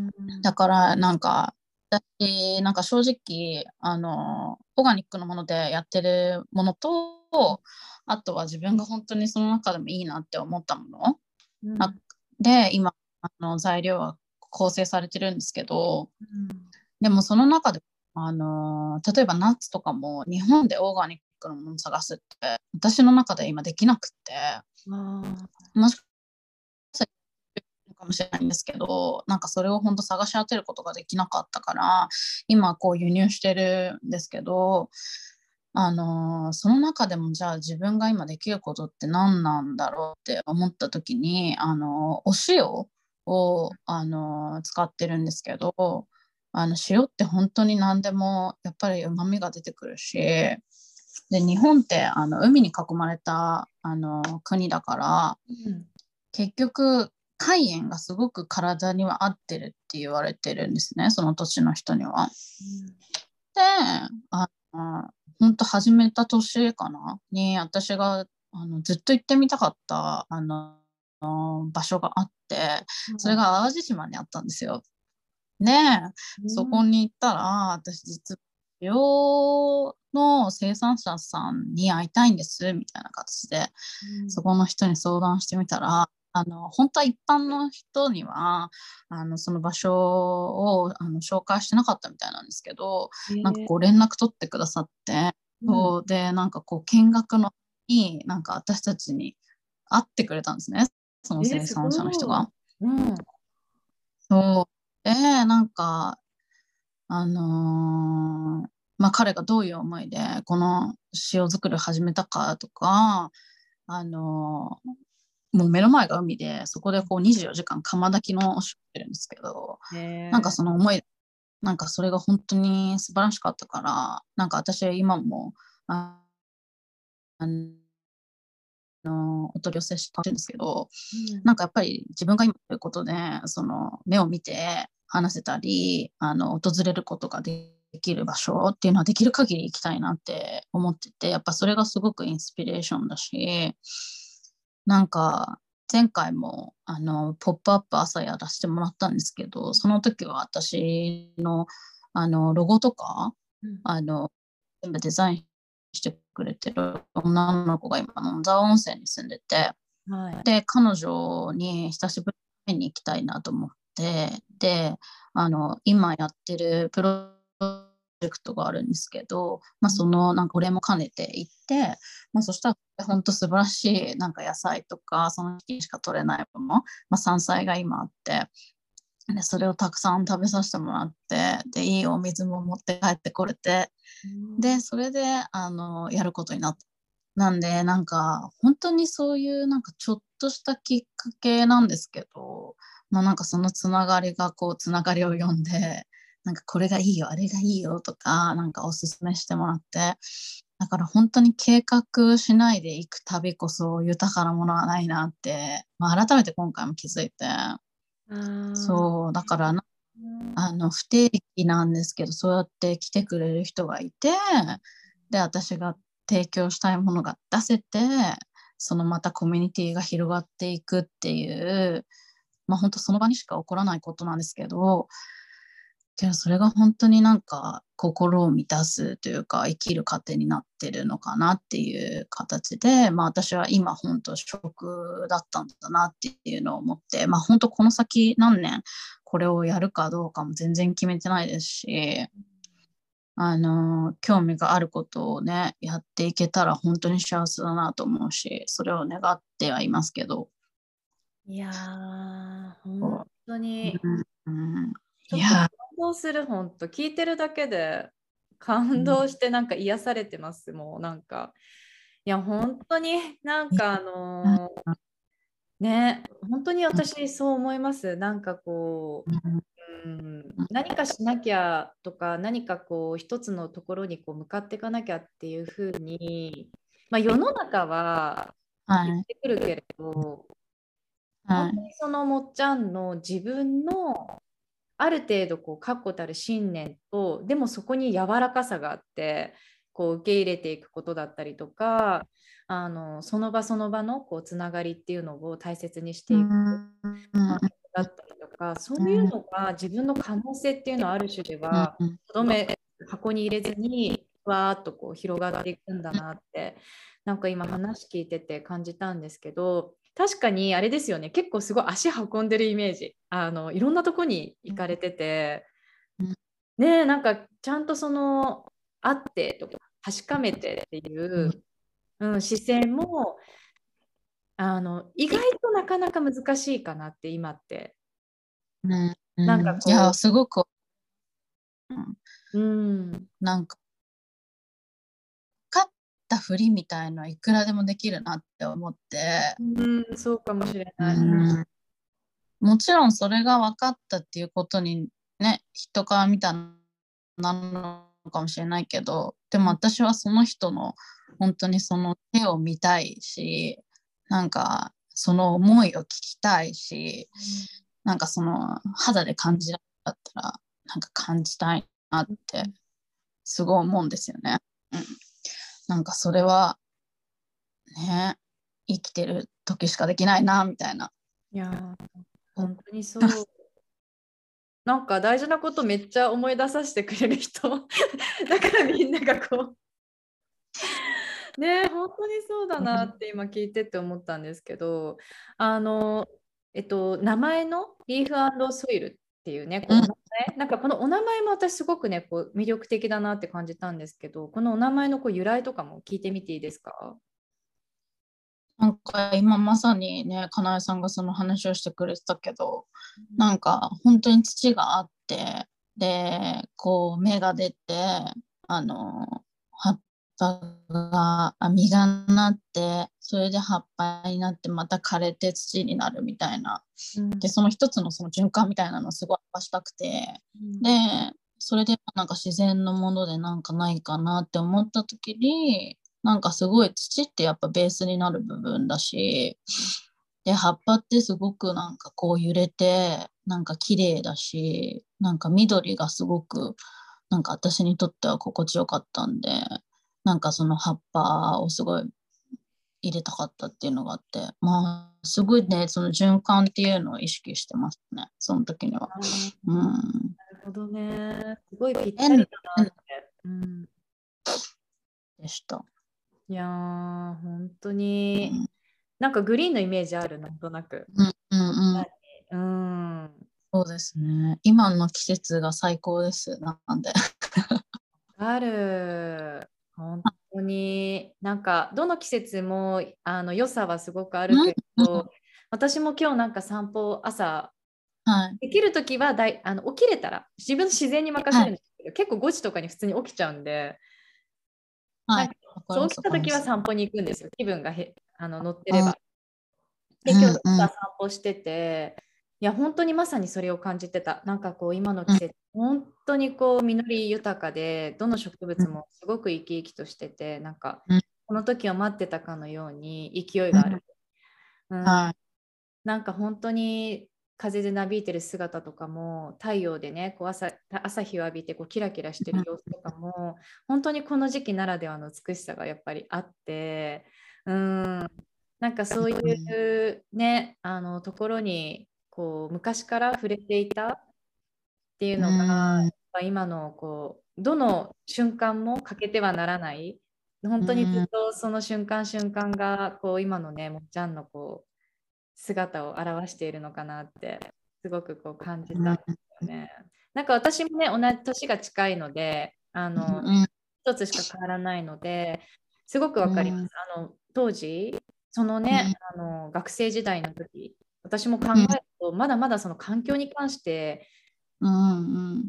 だからなんか私なんか正直あのオーガニックのものでやってるものと、あとは自分が本当にその中でもいいなって思ったもの、うん、で今あの材料は構成されてるんですけど、うん、でもその中であの例えばナッツとかも日本でオーガニックのものを探すって私の中で今できなくって、もしかしたらかもしれないんですけど、なんかそれを本当探し当てることができなかったから今こう輸入してるんですけど、あのその中でもじゃあ自分が今できることって何なんだろうって思った時に、あのお塩をあの使ってるんですけど、あの塩って本当に何でもやっぱり旨味が出てくるし、で日本ってあの海に囲まれたあの国だから、うん、結局海塩がすごく体には合ってるって言われてるんですね、その土地の人には。うん、であの本当始めた年かなに私があのずっと行ってみたかったあの場所があって、それが淡路島にあったんですよ。で、 うん、 そこに行ったら、私実は美容の生産者さんに会いたいんですみたいな形で、 うん、 そこの人に相談してみたら、あの本当は一般の人にはあのその場所をあの紹介してなかったみたいなんですけど、 えーなんかこう連絡取ってくださって、 うん、 そうでなんかこう見学の日になんか私たちに会ってくれたんですね、そのえー、す生産者の人ごい。 が。 うん、 そうでなんかあのーまあ、彼がどういう思いでこの塩作りを始めたかとか、あのーもう目の前が海で、そこでこうにじゅうよじかん釜炊きのお仕事してるんですけど、なんかえその思い、なんかそれが本当に素晴らしかったから、なんか私は今も、ああの、お取り寄せしてるんですけど、 ー、うん、 なんかやっぱり自分が今ということで、その目を見て話せたり、あの、訪れることができる場所っていうのはできる限り行きたいなって思ってて、やっぱそれがすごくインスピレーションだし、なんか前回もあのポップアップ朝やらせてもらったんですけど、その時は私のあのロゴとかうん、 あの全部デザインしてくれてる女の子が今野沢温泉に住んでて、 はい。 で彼女に久しぶりに行きたいなと思って、であの今やってるプロジェクトがあるんですけど、まあ、そのなんかお礼も兼ねて行って、まあ、そしたら本当素晴らしいなんか野菜とかその時期しか取れないもの、まあ、山菜が今あって、でそれをたくさん食べさせてもらって、でいいお水も持って帰ってこれて、 うん、 でそれであのやることになった。なんでなんか本当にそういうなんかちょっとしたきっかけなんですけど、まあ、なんかそのつながりがこうつながりを呼んで、なんかこれがいいよあれがいいよとかなんかおすすめしてもらって、だから本当に計画しないで行く旅こそ豊かなものはないなって、まあ、改めて今回も気づいて、 あー、 そうだからなうん、 あの不定期なんですけど、そうやって来てくれる人がいて、で私が提供したいものが出せて、そのまたコミュニティが広がっていくっていう、まあ本当その場にしか起こらないことなんですけど、けどそれが本当になんか心を満たすというか生きる糧になってるのかなっていう形で、まあ私は今本当食だったんだなっていうのを思って、まあ本当この先何年これをやるかどうかも全然決めてないですし、あの興味があることをねやっていけたら本当に幸せだなと思うし、それを願ってはいますけど、 いやー、本こ当う、 に、 うん、 ちょっと感いや、 動する、本当。聞いてるだけで感動して、なんか癒されてます、もうなんか。いや、本当になんいかあのーね、本当に私そう思います。なんかこう、うん、何かしなきゃとか、何かこう、一つのところにこう向かっていかなきゃっていうふうに、まあ、世の中は言っはい、 てくるけれど、本当はい、 にそのもっちゃんの自分のある程度こう確固たる信念と、でもそこに柔らかさがあって、こう受け入れていくことだったりとか、あのその場その場のこうつながりっていうのを大切にしうていくん、うん、 環境だったりとか、そういうのが自分の可能性っていうのはある種ではうん、 とどめ箱に入れずにわーっとこう広がっていくんだなって、なんか今話聞いてて感じたんですけど、確かにあれですよね、結構すごい足運んでるイメージ、あのいろんなとこに行かれてて、ねえ、なんかちゃんとその会ってとか確かめてっていう、うん、視線もあの意外となかなか難しいかなって今って、 うん、 なんかうん、いや、 こすごく、うん、 う、うん、 なんか、勝ったふりみたいのはいくらでもできるなって思って、 うん、そうかもしれうない。 ん、もちろんそれが分かったっていうことにね、人から見たらなるのかもしれないけど、でも私はその人の本当にその手を見たいし、なんかその思いを聞きたいし、なんかその肌で感じられたら、なんか感じたいなってすごい思うんですよね。うん、なんかそれはね、 生きてる時しかできないなみたいな。 いやー本当にそうなんか大事なことめっちゃ思い出させてくれる人だからみんながこうね本当にそうだなって今聞いてて思ったんですけどあのえっと名前のリーフ&ソイルっていうねこうお名前なんかこのお名前も私すごくねこう魅力的だなって感じたんですけどこのお名前のこう由来とかも聞いてみていいですか？ なんか今まさにね、かなえさんがその話をしてくれてたけど、なんか本当に土があって、で、こう芽が出て、あの、葉っぱが、あ実がなって、それで葉っぱになってまた枯れて土になるみたいな。 うんで、その一つのその循環みたいなのをすごい表したくて、 うんで、それでなんか自然のものでなんかないかなって思った時に、なんかすごい土ってやっぱベースになる部分だし、で、葉っぱってすごくなんかこう揺れて、なんか綺麗だし、なんか緑がすごく、なんか私にとっては心地よかったんで、なんかその葉っぱをすごい入れたかったっていうのがあって、まあ、すごいね、その循環っていうのを意識してますね、その時には。 あーうん。 なるほどね。すごいぴった縁りだなって。うん、 でした。 いやー、本当うに、 ん、 なんかグリーンのイメージある、なんとなく。 うん、うん、うん。 うん、 そうですね。今の季節が最高です。なんで。 ある。本当に、なんか、どの季節も、あの、良さはすごくあるうん、 けうん、 ど、私も今日なんか散歩、朝、 はい。 できるときはだいあの起きれたら、自分の自然に任せはい。 るんですけど、結構ごじとかに普通に起きちゃうんで、なんかはい。わかります、 そう起きたときはわかります。 散歩に行くんですよ。気分がへあの乗ってうん、 れば。で、今日うん、うん、 朝散歩してて、いや、本当にまさにそれを感じてた。なんかこう、今のうん、 季節、本当にこう、実り豊かで、どの植うん、 物もすごく生き生きとしてて、なんか、 うん、 この時を待ってたかのように勢いうん、 がある。うん、 はい。 なんか本当に風でなびいてる姿とかも太陽でねこう 朝, 朝日を浴びてこうキラキラしてる様子とかも本当にこの時期ならではの美しさがやっぱりあってうんなんかそううん、 いうねあのところにこう昔から触れていたっていううのがん、 今のこうどの瞬間も欠けてはならない本当にずっとその瞬間瞬間がこう今のねもっちゃんのこう姿を表しているのかなってすごくこう感じたんですよね。なんか私もね同じ年が近いのであのうん、 一つしか変わらないのですごくわかります。 うん、 あの当時そのねうん、 あの学生時代の時私も考うん、 えるとまだまだその環境に関してうん、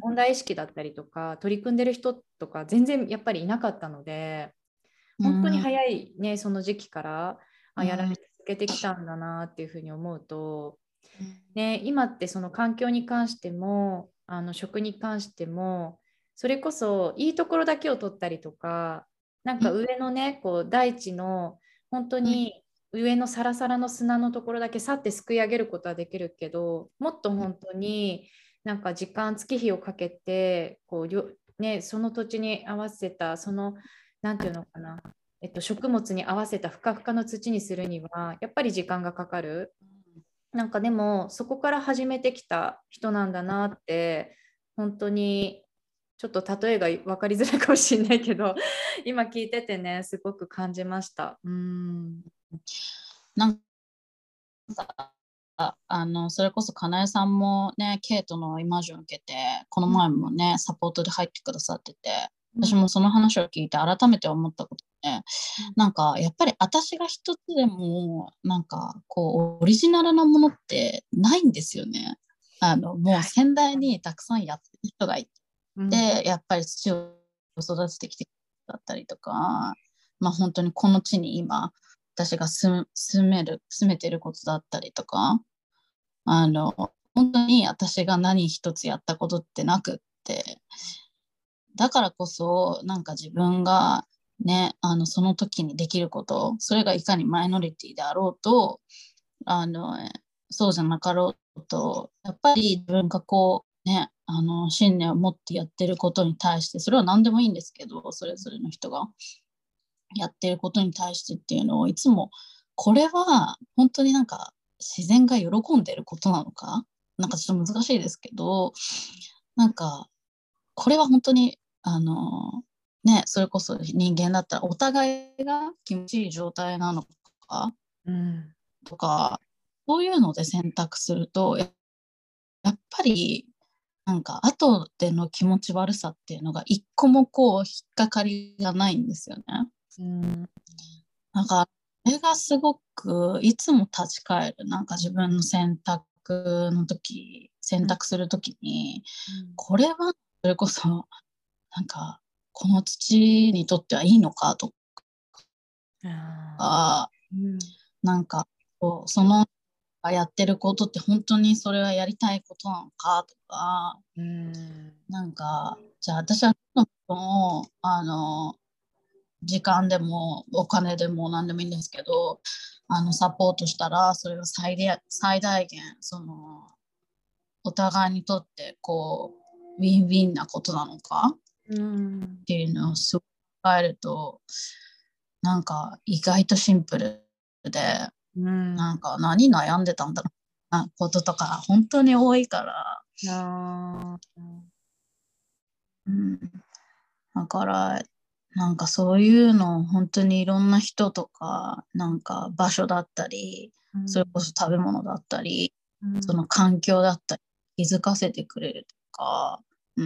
問題意識だったりとか取り組んでる人とか全然やっぱりいなかったので本当にうん、 早いねその時期からあやられうん、 続けてきたんだなっていうふうに思うとうん、 ね、今ってその環境に関してもあの食に関してもそれこそいいところだけを取ったりとかなんか上のねこう大地の本当に上のサラサラの砂のところだけさってすくい上げることはできるけどもっと本当になんか時間月日をかけてこうりょ、ね、その土地に合わせたそのなんていうのかな、えっと、食物に合わせたふかふかの土にするにはやっぱり時間がかかる。なんかでもそこから始めてきた人なんだなって本当にちょっと例えが分かりづらいかもしれないけど今聞いててねすごく感じました。うん。 なんか、ああの、それこそかなえさんもね、ケイトのイマジンを受けて、この前もね、サポートで入ってくださってて、私もその話を聞いて改めて思ったことで、なんかやっぱり私が一つでもなんかこうオリジナルなものってないんですよね。あのもう先代にたくさんやってる人がいうん、 て、やっぱり土を育ててきてだったりとか、まあ本当にこの地に今私が住住める住めてることだったりとか、あの本当に私が何一つやったことってなくって、だからこそなんか自分がね、あのその時にできること、それがいかにマイノリティであろうと、あのそうじゃなかろうと、やっぱり自分がこうね、あの信念を持ってやってることに対して、それは何でもいいんですけど、それぞれの人がやってることに対してっていうのをいつもこれは本当になんか自然が喜んでることなのか、なんかちょっと難しいですけど、なんかこれは本当にあのね、それこそ人間だったらお互いが気持ちいい状態なのかうんとか、そういうので選択すると、ややっぱりなんか後での気持ち悪さっていうのが一個もこう引っかかりがないんですよね。 うんなんか、それがすごくいつも立ち返る。なんか自分の選択の時、選択する時に、これはそれこそ、なんか、この土にとってはいいのかとあか、 ーうんなんか、こうそのやってることって本当にそれはやりたいことなのかとか、 うんなんか、じゃあ私はそのことを、あの、時間でもお金でも何でもいいんですけど、あのサポートしたらそれが最大最大限そのお互いにとってこうウィンウィンなことなのかっうんていうのをすごく考えると、なんか意外とシンプルで、 うんなんか何悩んでたんだろうなこととか本当に多いから、 あーうん、だからなんかそういうのを本当にいろんな人とかなんか場所だったり、それこそ食べ物だったり、その環境だったり気づかせてくれるとか、うん、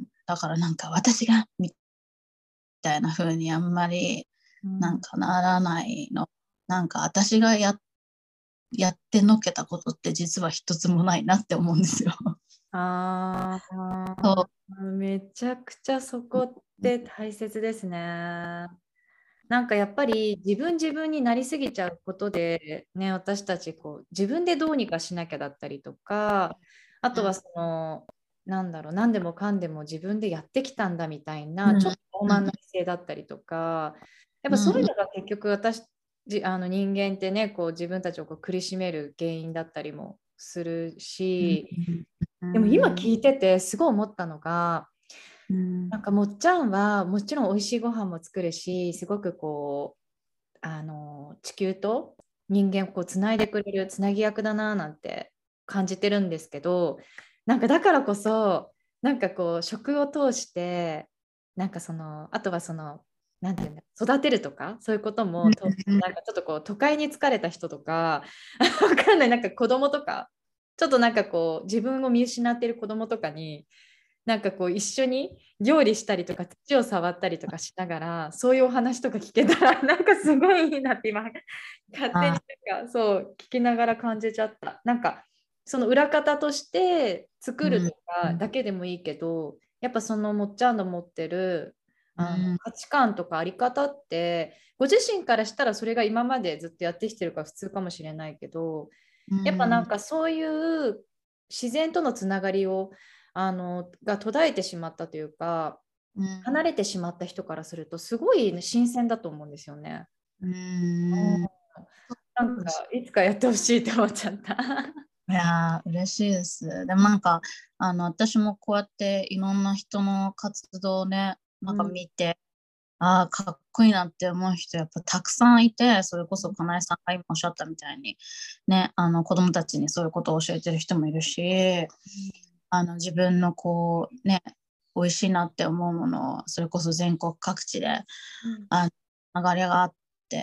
だからなんか私がみたいな風にあんまりなんかならないの、なんか私がや、やってのけたことって実は一つもないなって思うんですよ。 あそーめちゃくちゃそこって大切ですね。なんかやっぱり自分自分になりすぎちゃうことで、ね、私たちこう自分でどうにかしなきゃだったりとか、あとはその、なんだろう、何でもかんでも自分でやってきたんだみたいな、 う、うんちょっと傲慢な姿勢だったりとか、やっぱそういううんのが結局私、じあの人間ってね、こう自分たちをこう苦しめる原因だったりもするうんし、でも今うん聞いててすごい思ったのが、 うんなんかもっちゃんはもちろん美味しいご飯も作るし、すごくこう、あの地球と人間をこうつないでくれるつなぎ役だななんて感じてるんですけど、なんかだからこそなんかこう食を通してなんかそのあとはそのなんていうんだ育てるとかそういうこともとなんかちょっとこう都会に疲れた人とかわかんないなんか子供とかちょっとなんかこう自分を見失っている子供とかになんかこう一緒に料理したりとか土を触ったりとかしながらそういうお話とか聞けたらなんかすごいいいなって今勝手にあなんかそう聞きながら感じちゃった。なんかその裏方として作るとうんうんかだけでもいいけどやっぱそのもっちゃんの持ってるあのうん価値観とかあり方ってご自身からしたらそれが今までずっとやってきてるから普通かもしれないけどやっぱなんかそういう自然とのつながりをあのが途絶えてしまったというか離れてしまった人からするとすごい新鮮だと思うんですよね。 うんうん、 なんかいつかやってほしいって思っちゃった。 いやー、嬉しいです。でもなんか、あの、私もこうやっていろんな人の活動をね、なんかうん見て、ああ、かっこいいなって思う人やっぱたくさんいて、それこそかなえさんが今おっしゃったみたいに、ね、あの子供たちにそういうことを教えてる人もいるし、あの自分のこうね、美味しいなって思うものを、それこそ全国各地で、あの流れがあって、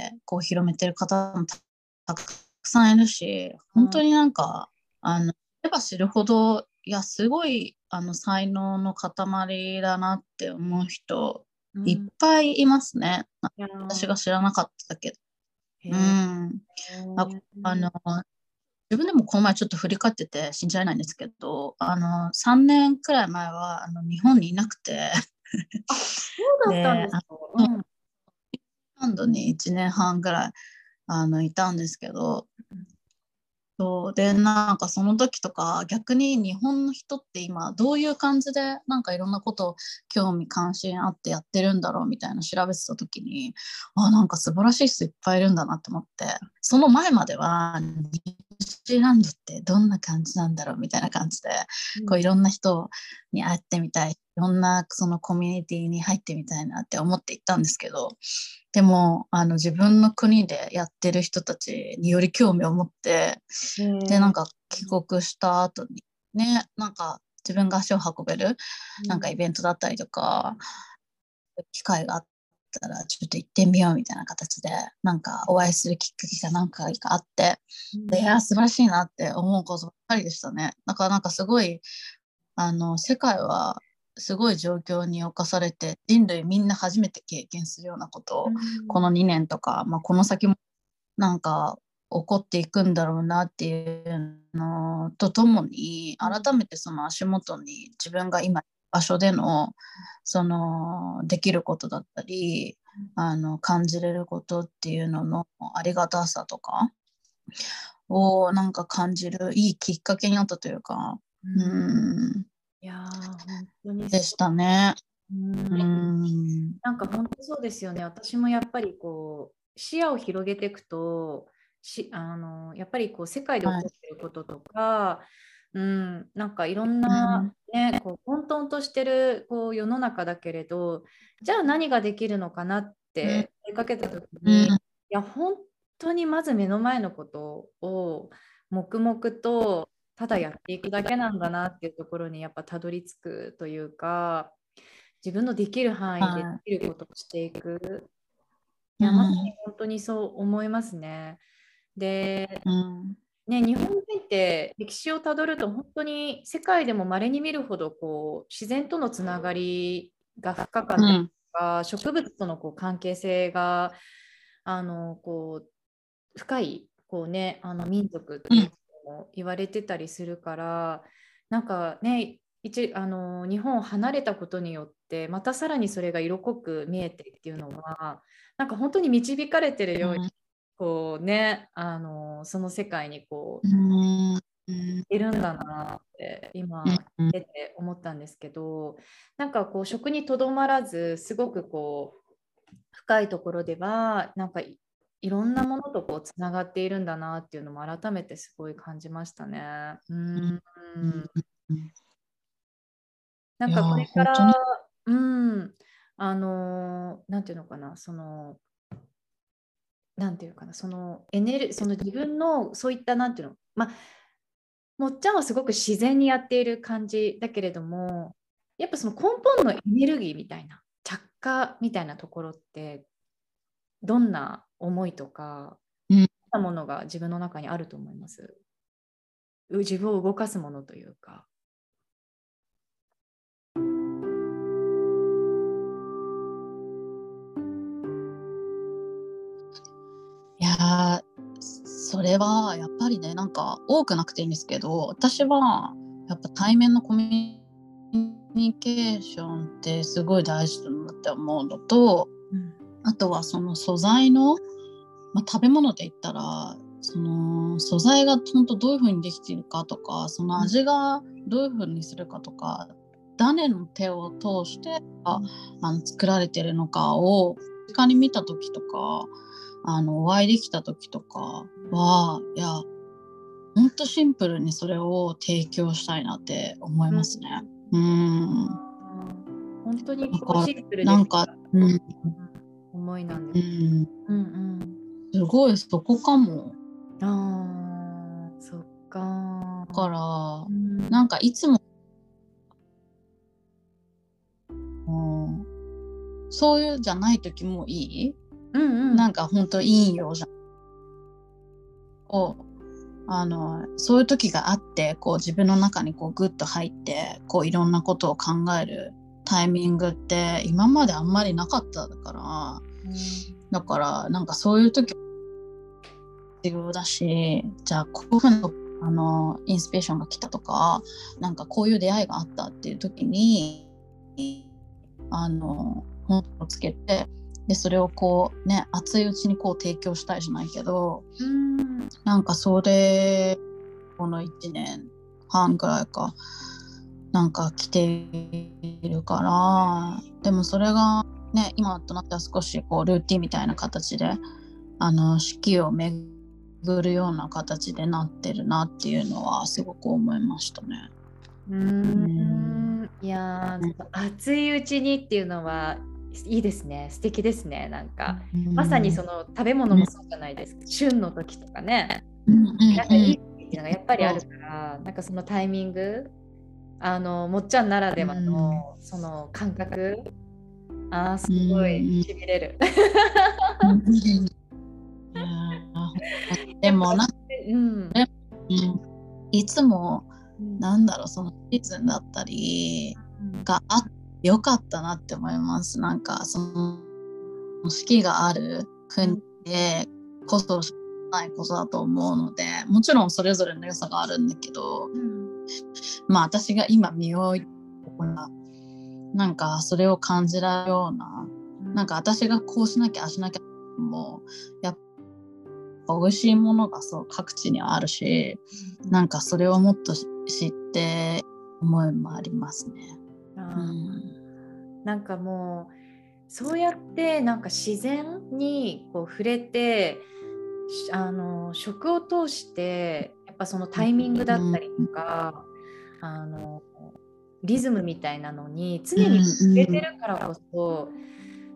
こう広めてる方もたたくさんいるし、本当になんか、あの、知れば知るほど、いや、すごい、あの、才能の塊だなって思う人、いっうんぱいいますね。 いや私が知らなかったけど。うへん。あ、 えあの、自分でもこの前ちょっと振り返ってて信じられないんですけど、あの、さんねんくらい前は、あの、日本にいなくて、 あ、そうだったんで、あですか。うの、 ん。 インドにいちねんはんぐらい、あの、いたんですけど、そうで、なんかその時とか逆に日本の人って今どういう感じでなんかいろんなことを興味関心あってやってるんだろうみたいな調べてた時に、あ、なんか素晴らしい人いっぱいいるんだなって思って、その前まではジーランドってどんな感じなんだろうみたいな感じで、うん、こういろんな人に会ってみたい、いろんなそのコミュニティに入ってみたいなって思って行ったんですけど、でもあの自分の国でやってる人たちにより興味を持って、でなんか帰国した後にね、なんか自分が足を運べるなんかイベントだったりとか、うん、機会があったらちょっと行ってみようみたいな形でなんかお会いするきっかけが何回かあって、でいや素晴らしいなって思うことばっかりでしたね。だからなんかすごいあの世界はすごい状況に侵されて、人類みんな初めて経験するようなことを、うん、このにねんとか、まあ、この先もなんか起こっていくんだろうなっていうのとともに、改めてその足元に自分が今場所でのそのできることだったり、あの感じれることっていうののありがたさとかをなんか感じるいいきっかけになったというか、うん、うんいや本当にでしたね。 うん、なんか本当そうですよね。私もやっぱりこう視野を広げていくとしあのやっぱりこう世界で起こっていることとか、はい、うん、なんかいろんな、ね、こう混沌としてるこう世の中だけれど、じゃあ何ができるのかなって問いかけた時に、うん、いや本当にまず目の前のことを黙々とただやっていくだけなんだなっていうところにやっぱたどり着くというか、自分のできる範囲でできることをしていく、はい、いやまさに本当にそう思いますね。で、うんね、日本人って歴史をたどると本当に世界でも稀に見るほどこう自然とのつながりが深かったりとか、うん、植物とのこう関係性があのこう深いこう、ね、あの民族っていうのも言われてたりするから、うん、なんかね一あの日本を離れたことによってまたさらにそれが色濃く見えてっていうのはなんか本当に導かれてるように、うん、こうねあのその世界にこう、うん、いるんだなって今出て思ったんですけど、なんかこう食にとどまらずすごくこう深いところではなんかいろんなものとこうつながっているんだなっていうのも改めてすごい感じましたね。うん、なんかこれから、うん、あのなんていうのかな、そのなんていうかな、そのエネルその自分のそういったなんていうの、まあもっちゃんはすごく自然にやっている感じだけれども、やっぱその根本のエネルギーみたいな着火みたいなところってどんな思いとか、うん、どんなものが自分の中にあると思います？自分を動かすものというか。 いやそれはやっぱりね、なんか多くなくていいんですけど、私はやっぱ対面のコミュニケーションってすごい大事だなって思うのと、うん、あとはその素材の、まあ、食べ物で言ったらその素材が本当どういう風にできているかとか、その味がどういう風にするかとか、うん、誰の手を通してああの作られているのかを実家に見た時とか、あのお会いできた時とかは、いやほんとシンプルにそれを提供したいなって思いますね。うん、うん本当にこうシンプルでなんか、うん、 思いなんです、うんうん、 すごいそこかも。 あーそっか。 だから、うん、なんかいつも、うん、そういうじゃない時もいい、うんうん、なんか本当いいよじゃんをあのそういう時があって、こう自分の中にこうグッと入ってこういろんなことを考えるタイミングって今まであんまりなかったから、うん、だからなんかそういう時必要だし、じゃあこういうふうなあのインスピレーションが来たとか、なんかこういう出会いがあったっていう時にあの本をつけて、でそれをこうね熱いうちにこう提供したいじゃないけど、うんなんかそれこのいちねんはんくらいかなんか来ているから、でもそれがね今となっては少しこうルーティンみたいな形であの四季を巡巡るような形でなってるなっていうのはすごく思いましたね。 うーん、いやー、熱いうちにっていうのはいいですね。素敵ですね。なんかまさにその食べ物もそうじゃないですか。旬の時とかね、なんかいい時っていうのがやっぱりあるから、なんかそのタイミング、あのもっちゃんならではのその感覚、あーすごいしびれる。 でもな、 うん、 いつもなんだろう、そのシーズンだったりがあってよかったなって思います。なんかその四季がある国でこそないことだと思うので、もちろんそれぞれの良さがあるんだけど、うん、まあ私が今身を置いてなんかそれを感じられるような、なんか私がこうしなきゃあしなきゃもやっぱ美味しいものがそう各地にあるし、なんかそれをもっと知って思いもありますね。 あ、うん、なんかもうそうやってなんか自然にこう触れて、あの食を通してやっぱそのタイミングだったりとか、うん、あのリズムみたいなのに常に触れてるからこそ、うん、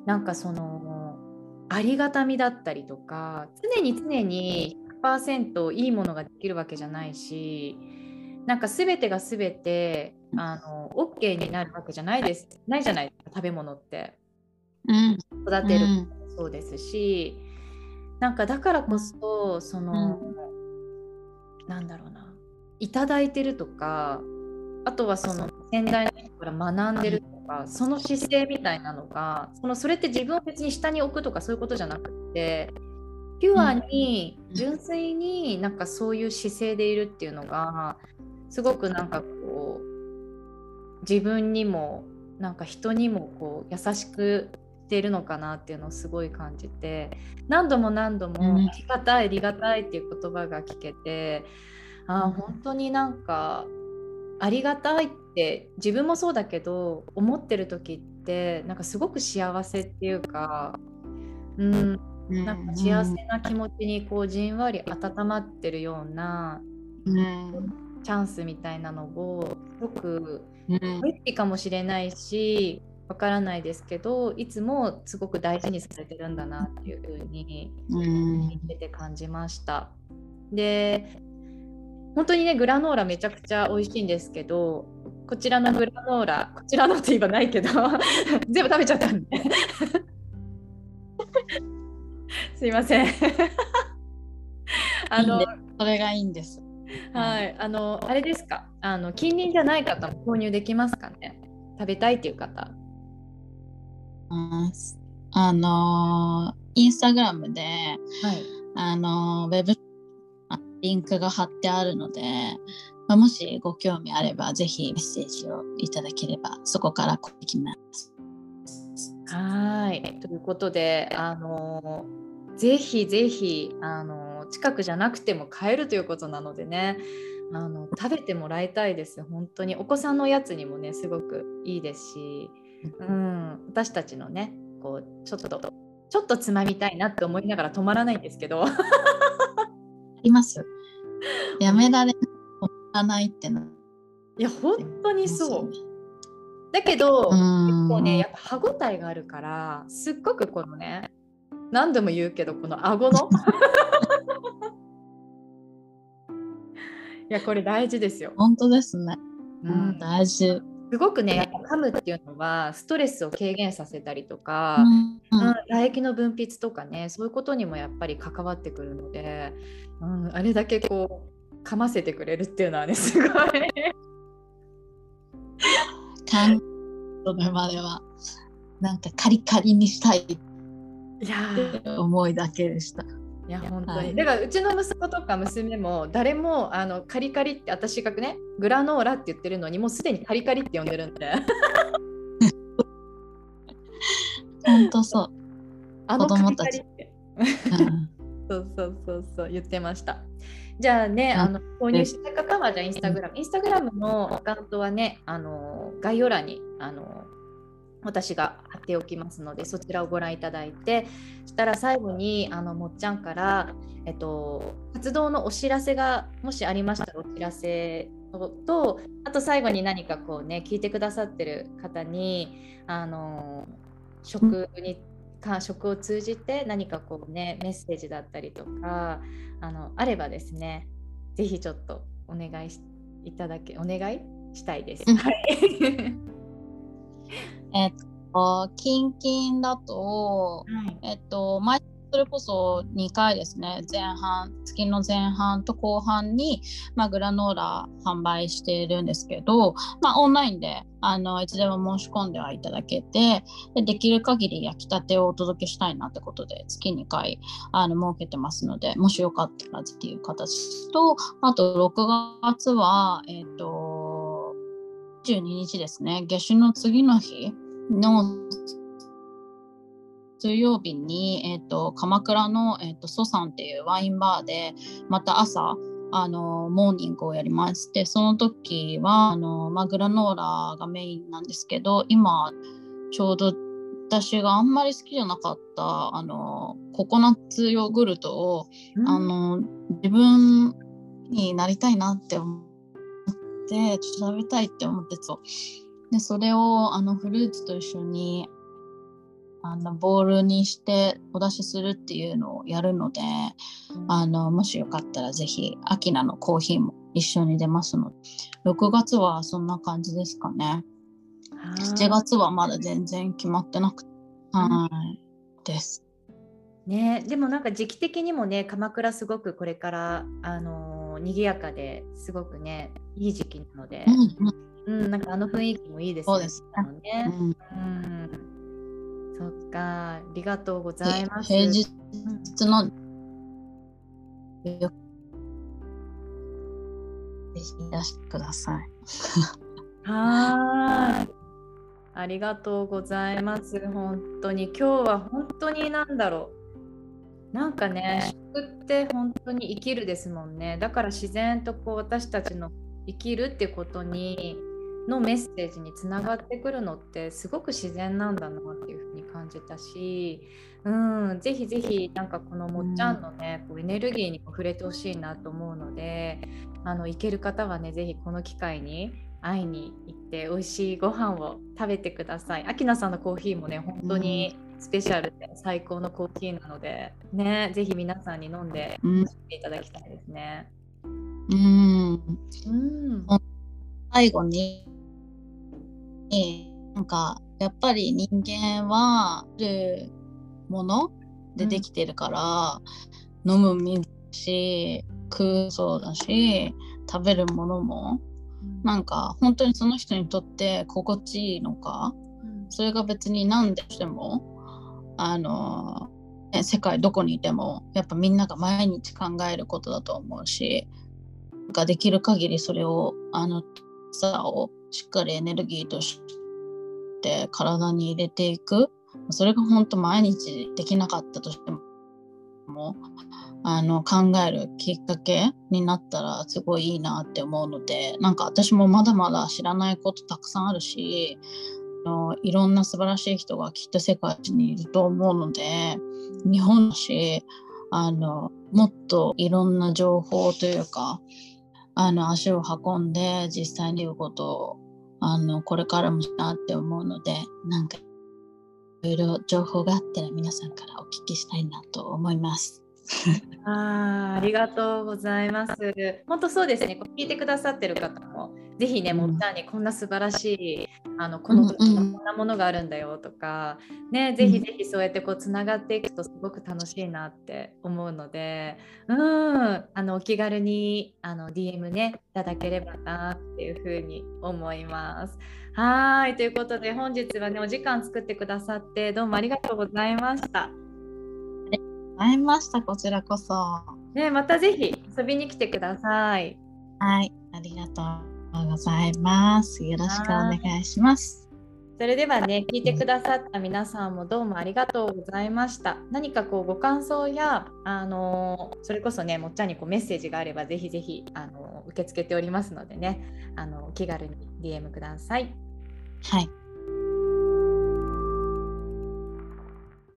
なんかそのありがたみだったりとか、常に常に ひゃくパーセント いいものができるわけじゃないし、なんか全てが全てあの OK になるわけじゃないですないじゃないですか、食べ物って。うん、育てるもそうですし、うん、なんかだからこそその、うん、なんだろうな、いただいてるとか、あとはその先代の人から学んでるとか、その姿勢みたいなのが、そのそれって自分を別に下に置くとかそういうことじゃなくて、ピュアに純粋になんかそういう姿勢でいるっていうのがすごくなんかこう自分にもなんか人にもこう優しくしているのかなっていうのをすごい感じて、何度も何度もありがたいありがたいっていう言葉が聞けて、あ、本当になんかありがたいって自分もそうだけど思ってる時ってなんかすごく幸せっていうか、うん、なんか幸せな気持ちにこうじんわり温まってるような、うん、チャンスみたいなのをすごく無意識かもしれないしわからないですけど、いつもすごく大事にされてるんだなっていう風に見てて感じました。で本当にね、グラノーラめちゃくちゃ美味しいんですけど、こちらのグラノーラ、こちらのって言えばないけど全部食べちゃったんですいませんあのそれがいいんです。 はい、あのあれですか、あの近隣じゃない方も購入できますかね、食べたいっていう方。 あ、あのインスタグラムで、はい、あのウェブリンクが貼ってあるので、まあ、もしご興味あればぜひメッセージをいただければそこからできます。 はい、ということで、あのぜひぜひあの近くじゃなくても買えるということなのでね、あの食べてもらいたいです。本当にお子さんのおやつにもねすごくいいですし、うん、私たちのねこうちょっとちょっとつまみたいなって思いながら止まらないんですけどいますやめられないってな。 いや本当にそう。だけど結構ねやっぱ歯ごたえがあるからすっごくこのね何度も言うけどこの顎のいやこれ大事ですよ。 本当ですね、うん、大事。 すごくねやっぱ噛むっていうのはストレスを軽減させたりとか、うんうん、唾液の分泌とかねそういうことにもやっぱり関わってくるので、うん、あれだけこう噛ませてくれるっていうのはねすごい感それまではなんかカリカリにしたいって思いだけでした。 いや本当に、はい、だからうちの息子とか娘も誰もあのカリカリって私がねグラノーラって言ってるのにもうすでにカリカリって呼んでるんで本当そう、 あのカリカリって、うん、そうそうそうそう言ってました。じゃあね、あの購入した方はじゃあインスタグラムインスタグラムのアカウントはねあの概要欄にあの私が貼っておきますので、そちらをご覧いただいて、そしたら最後にあのもっちゃんから、えっと、活動のお知らせがもしありましたらお知らせと、あと最後に何かこうね聞いてくださってる方にあの食にか食を通じて何かこうねメッセージだったりとかあのあればですね、ぜひちょっとお願いしいただけお願いしたいです。はい。 えっと、近々だと、 はい、 えっと、毎それこそにかいですね、前半、月の前半と後半に、まあ、グラノーラ販売しているんですけど、まあ、オンラインであのいつでも申し込んではいただけて、で、できる限り焼きたてをお届けしたいなってことで、月にかいあの設けてますので、もしよかったらっていう形と、あとろくがつは、えっと、じゅうににちですね、夏至の次の日の水曜日に、えーと、鎌倉の、えーと、ソさんっていうワインバーでまた朝あのモーニングをやりまして、その時はあの、まあ、グラノーラがメインなんですけど、今ちょうど私があんまり好きじゃなかったあのココナッツヨーグルトを、うん、あの自分になりたいなって思ってちょっと食べたいって思ってそうで、それをあのフルーツと一緒にあのボウルにしてお出しするっていうのをやるので、うん、あのもしよかったらぜひアキナのコーヒーも一緒に出ますので、ろくがつはそんな感じですかね。しちがつはまだ全然決まってなくて、はいですね。でもなんか時期的にもね、鎌倉すごくこれからあのー、賑やかですごくねいい時期なので、うんうん、なんかあの雰囲気もいいですよね。そうですね。うんうん、そっか、ありがとうございます。 平日の、うん、ぜひいらしてください。 はい。ありがとうございます。本当に今日は本当に何だろう。なんかね、食って本当に生きるですもんね。だから自然とこう私たちの生きるってことにのメッセージにつながってくるのってすごく自然なんだなっていうふうに感じたし、うん、ぜひぜひなんかこのもっちゃんのね、こうエネルギーにも触れてほしいなと思うので、あの行ける方はね、ぜひこの機会に会いに行って美味しいご飯を食べてください。アキナさんのコーヒーもね、本当にスペシャルで最高のコーヒーなので、ね、ぜひ皆さんに飲んでいただきたいですね。 うん、うん、最後になんかやっぱり人間はあるものでできてるから、うん、飲む水し食うそうだし食べるものも、うん、なんか本当にその人にとって心地いいのか、うん、それが別に何でしてもあの、ね、世界どこにいてもやっぱみんなが毎日考えることだと思うし、なんかできる限りそれをあのさをしっかりエネルギーとして体に入れていく、それが本当毎日できなかったとしてもあの考えるきっかけになったらすごいいいなって思うので、なんか私もまだまだ知らないことたくさんあるし、あのいろんな素晴らしい人がきっと世界にいると思うので、日本だしあのもっといろんな情報というかあの足を運んで実際に言うことをあのこれからもなって思うので、なんかいろいろ情報があったら皆さんからお聞きしたいなと思いますあ, ありがとうございます。本当そうですね。聞いてくださってる方もぜひね、うん、もっちゃんにこんな素晴らしいあのこの時のこんなものがあるんだよとか、ね、うん、ぜひぜひそうやってこうつながっていくとすごく楽しいなって思うので、うん、あのお気軽にあの ディーエム ねいただければなっていうふうに思います。はい、ということで本日はねお時間作ってくださってどうもありがとうございました。 会いました。こちらこそ、 ね、またぜひ遊びに来てください。 はい、ありがとうございます。よろしくお願いします。 それではね、聞いてくださった皆さんもどうもありがとうございました。何かこうご感想や、あのそれこそね、もっちゃんにこうメッセージがあればぜひぜひあの受け付けておりますのでね、あのお気軽に ディーエム ください。 はい。